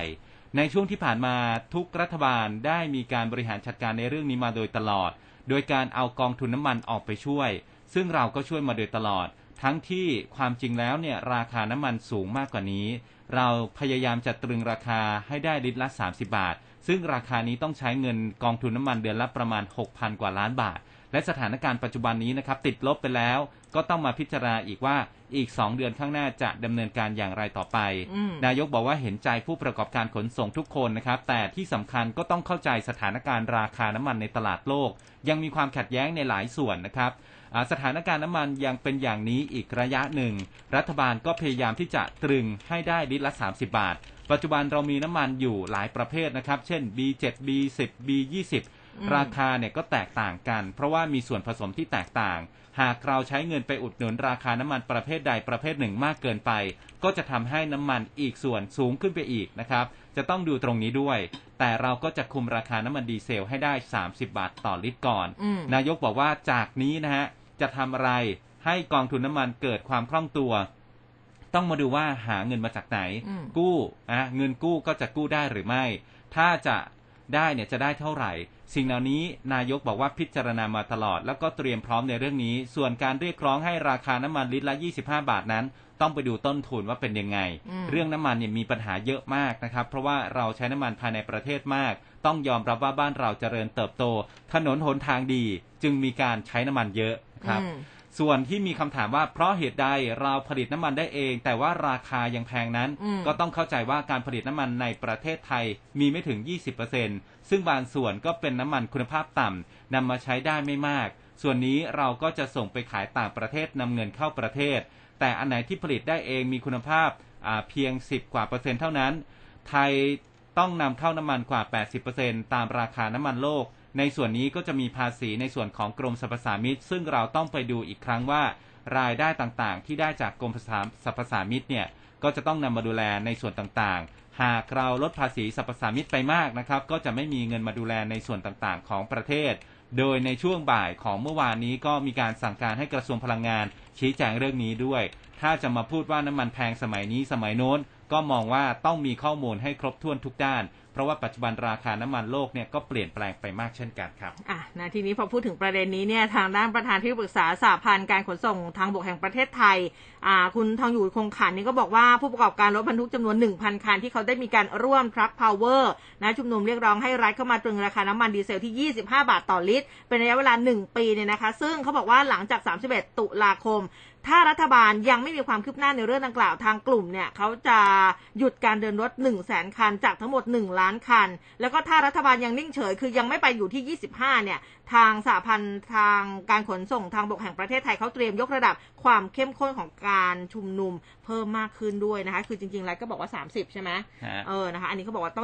ในช่วงที่ผ่านมาทุกรัฐบาลได้มีการบริหารจัดการในเรื่องนี้มาโดยตลอดโดยการเอากองทุนน้ำมันออกไปช่วยซึ่งเราก็ช่วยมาโดยตลอดทั้งที่ความจริงแล้วเนี่ยราคาน้ำมันสูงมากกว่านี้เราพยายามจะตรึงราคาให้ได้ลิตรละ30 บาทซึ่งราคานี้ต้องใช้เงินกองทุนน้ำมันเดือนละประมาณ 6,000 กว่าล้านบาทและสถานการณ์ปัจจุบันนี้นะครับติดลบไปแล้วก็ต้องมาพิจารณาอีกว่าอีก2 เดือนข้างหน้าจะดำเนินการอย่างไรต่อไปนายกบอกว่าเห็นใจผู้ประกอบการขนส่งทุกคนนะครับแต่ที่สำคัญก็ต้องเข้าใจสถานการณ์ราคาน้ำมันในตลาดโลกยังมีความขัดแย้งในหลายส่วนนะครับสถานการณ์น้ำมันยังเป็นอย่างนี้อีกระยะหนึ่งรัฐบาลก็พยายามที่จะตรึงให้ได้ลิตรละ30 บาทปัจจุบันเรามีน้ำมันอยู่หลายประเภทนะครับเช่น B7 B10 B20 ราคาเนี่ยก็แตกต่างกันเพราะว่ามีส่วนผสมที่แตกต่างหากเราใช้เงินไปอุดหนุนราคาน้ำมันประเภทใดประเภทหนึ่งมากเกินไปก็จะทำให้น้ำมันอีกส่วนสูงขึ้นไปอีกนะครับจะต้องดูตรงนี้ด้วยแต่เราก็จะคุมราคาน้ำมันดีเซลให้ได้30 บาทต่อลิตรก่อนนายกบอกว่าจากนี้นะฮะจะทำอะไรให้กองทุนน้ำมันเกิดความคล่องตัวต้องมาดูว่าหาเงินมาจากไหนกู้เงินกู้ก็จะกู้ได้หรือไม่ถ้าจะได้เนี่ยจะได้เท่าไหร่สิ่งเหล่านี้นายกบอกว่าพิจารณามาตลอดแล้วก็เตรียมพร้อมในเรื่องนี้ส่วนการเรียกร้องให้ราคาน้ำมันลิตรละ25 บาทนั้นต้องไปดูต้นทุนว่าเป็นยังไงเรื่องน้ำมันเนี่ยมีปัญหาเยอะมากนะครับเพราะว่าเราใช้น้ำมันภายในประเทศมากต้องยอมรับว่าบ้านเราเจริญเติบโตถนนหนทางดีจึงมีการใช้น้ำมันเยอะครับส่วนที่มีคำถามว่าเพราะเหตุใดเราผลิตน้ำมันได้เองแต่ว่าราคายังแพงนั้นก็ต้องเข้าใจว่าการผลิตน้ำมันในประเทศไทยมีไม่ถึง 20% ซึ่งบางส่วนก็เป็นน้ำมันคุณภาพต่ำนำมาใช้ได้ไม่มากส่วนนี้เราก็จะส่งไปขายต่างประเทศนำเงินเข้าประเทศแต่อันไหนที่ผลิตได้เองมีคุณภาพเพียง10 กว่า%เท่านั้นไทยต้องนำเข้าน้ำมันกว่า 80% ตามราคาน้ำมันโลกในส่วนนี้ก็จะมีภาษีในส่วนของกรมสรรพสามิตซึ่งเราต้องไปดูอีกครั้งว่ารายได้ต่างๆที่ได้จากกรมสรรพสามิตเนี่ยก็จะต้องนำมาดูแลในส่วนต่างๆหากเราลดภาษีสรรพสามิตไปมากนะครับก็จะไม่มีเงินมาดูแลในส่วนต่างๆของประเทศโดยในช่วงบ่ายของเมื่อวานนี้ก็มีการสั่งการให้กระทรวงพลังงานชี้แจงเรื่องนี้ด้วยถ้าจะมาพูดว่าน้ำมันแพงสมัยนี้สมัยโน้นก็มองว่าต้องมีข้อมูลให้ครบถ้วนทุกด้านเพราะว่าปัจจุบันราคาน้ำมันโลกเนี่ยก็เปลี่ยนแปลงไปมากเช่นกันครับทีนี้พอพูดถึงประเด็นนี้เนี่ยทางด้านประธานที่ปรึกษาสหพันธ์การขนส่งทางบกแห่งประเทศไทยคุณทองอยู่คงขันนี่ก็บอกว่าผู้ประกอบการรถบรรทุกจำนวน 1,000 คันที่เขาได้มีการร่วม Truck Power นะชุมนุมเรียกร้องให้รัฐเข้ามาตรึงราคาน้ำมันดีเซลที่25 บาทต่อลิตรเป็นระยะเวลา1 ปีเนี่ยนะคะซึ่งเขาบอกว่าหลังจาก31 ตุลาคมถ้ารัฐบาลยังไม่มีความคืบหน้าในเรื่องดังกล่าวทางกลุ่มเนี่ยเขาจะหยุดการเดินรถ 100,000 คันจากทั้งหมด1 ล้านคันแล้วก็ถ้ารัฐบาลยังนิ่งเฉยคือยังไม่ไปอยู่ที่25เนี่ยทางสหพันธ์ทางการขนส่งทางบกแห่งประเทศไทยเขาเตรียมยกระดับความเข้มข้นของการชุมนุมเพิ่มมากขึ้นด้วยนะคะคือจริงๆแล้วก็บอกว่า30ใช่ไหมนะคะอันนี้เขาบอกว่าต้อง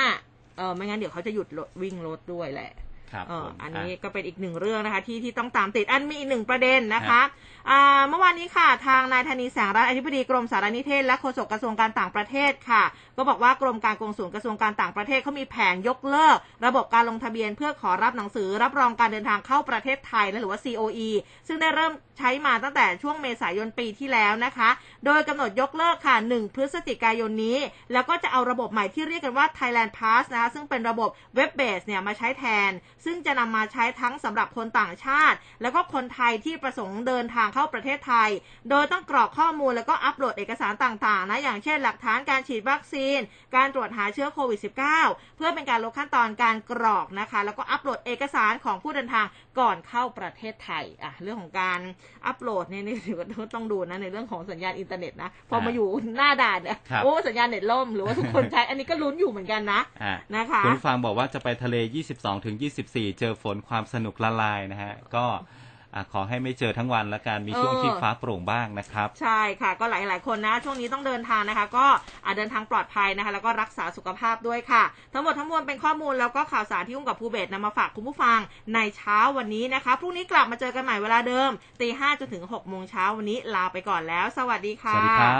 25ไม่งั้นเดี๋ยวเขาจะหยุดวิ่งรถด้วยแหละอันนี้ก็เป็นอีกหนึ่งเรื่องนะคะที่ต้องตามติดมีอีกหนึ่งประเด็นนะคะเมื่อวานนี้ค่ะทางนายธนีแสงรัตน์อธิบดีกรมสารนิเทศและโฆษกกระทรวงการต่างประเทศค่ะก็บอกว่ากรมการกงสุลกระทรวงการต่างประเทศเขามีแผนยกเลิกระบบการลงทะเบียนเพื่อขอรับหนังสือรับรองการเดินทางเข้าประเทศไทยหรือว่า COE ซึ่งได้เริ่มใช้มาตั้งแต่ช่วงเมษายนปีที่แล้วนะคะโดยกำหนดยกเลิกค่ะ1 พฤศจิกายนนี้แล้วก็จะเอาระบบใหม่ที่เรียกกันว่า Thailand Pass นะคะซึ่งเป็นระบบเว็บเบสเนี่ยมาใช้แทนซึ่งจะนำมาใช้ทั้งสำหรับคนต่างชาติแล้วก็คนไทยที่ประสงค์เดินทางเข้าประเทศไทยโดยต้องกรอกข้อมูลแล้วก็อัปโหลดเอกสารต่างๆนะอย่างเช่นหลักฐานการฉีดวัคซีนการตรวจหาเชื้อโควิด -19 เพื่อเป็นการลดขั้นตอนการกรอกนะคะแล้วก็อัปโหลดเอกสารของผู้เดินทางก่อนเข้าประเทศไทยเรื่องของการอัปโหลดเนี่ยต้องดูนะในเรื่องของสัญญาณอินเทอร์เน็ตนะพอมาอยู่หน้าด่านเนี่ยสัญญาณเน็ตล่มหรือว่าทุกคนใช้อันนี้ก็ลุ้นอยู่เหมือนกันนะคะคุณฟังบอกว่าจะไปทะเล 22-24 เจอฝนความสนุกละลายนะฮะก็ขอให้ไม่เจอทั้งวันละกันมีช่วงที่ฟ้าโปร่งบ้างนะครับใช่ค่ะก็หลายๆคนนะช่วงนี้ต้องเดินทางนะคะก็เดินทางปลอดภัยนะคะแล้วก็รักษาสุขภาพด้วยค่ะทั้งหมดทั้งมวลเป็นข้อมูลแล้วก็ข่าวสารที่อุ้มกับภูเบศนำมาฝากคุณผู้ฟังในเช้าวันนี้นะคะพรุ่งนี้กลับมาเจอกันใหม่เวลาเดิม 5:00 จนถึง 6:00 น.วันนี้ลาไปก่อนแล้วสวัสดีค่ะสวัสดีครับ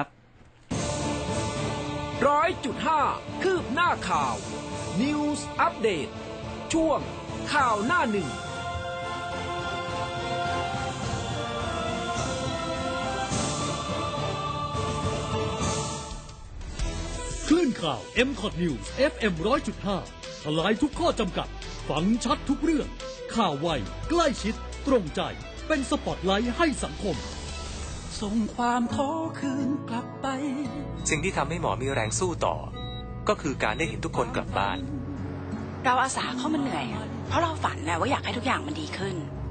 100.5 คืบหน้าข่าว News Update ช่วงข่าวหน้าหนึ่งคลื่นข่าวข่าว M News FM 100.5 ทลายทุกข้อจำกัดฟังชัดทุกเรื่องข่าวไวใกล้ชิดตรงใจเป็นสปอตไลท์ให้สังคมส่งความท้อคืนกลับไปสิ่งที่ทำให้หมอมีแรงสู้ต่อก็คือการได้เห็นทุกคนกลับบ้านเราอาสาเข้ามาเหนื่อยเพราะเราฝันนะว่าอยากให้ทุกอย่างมันดีขึ้น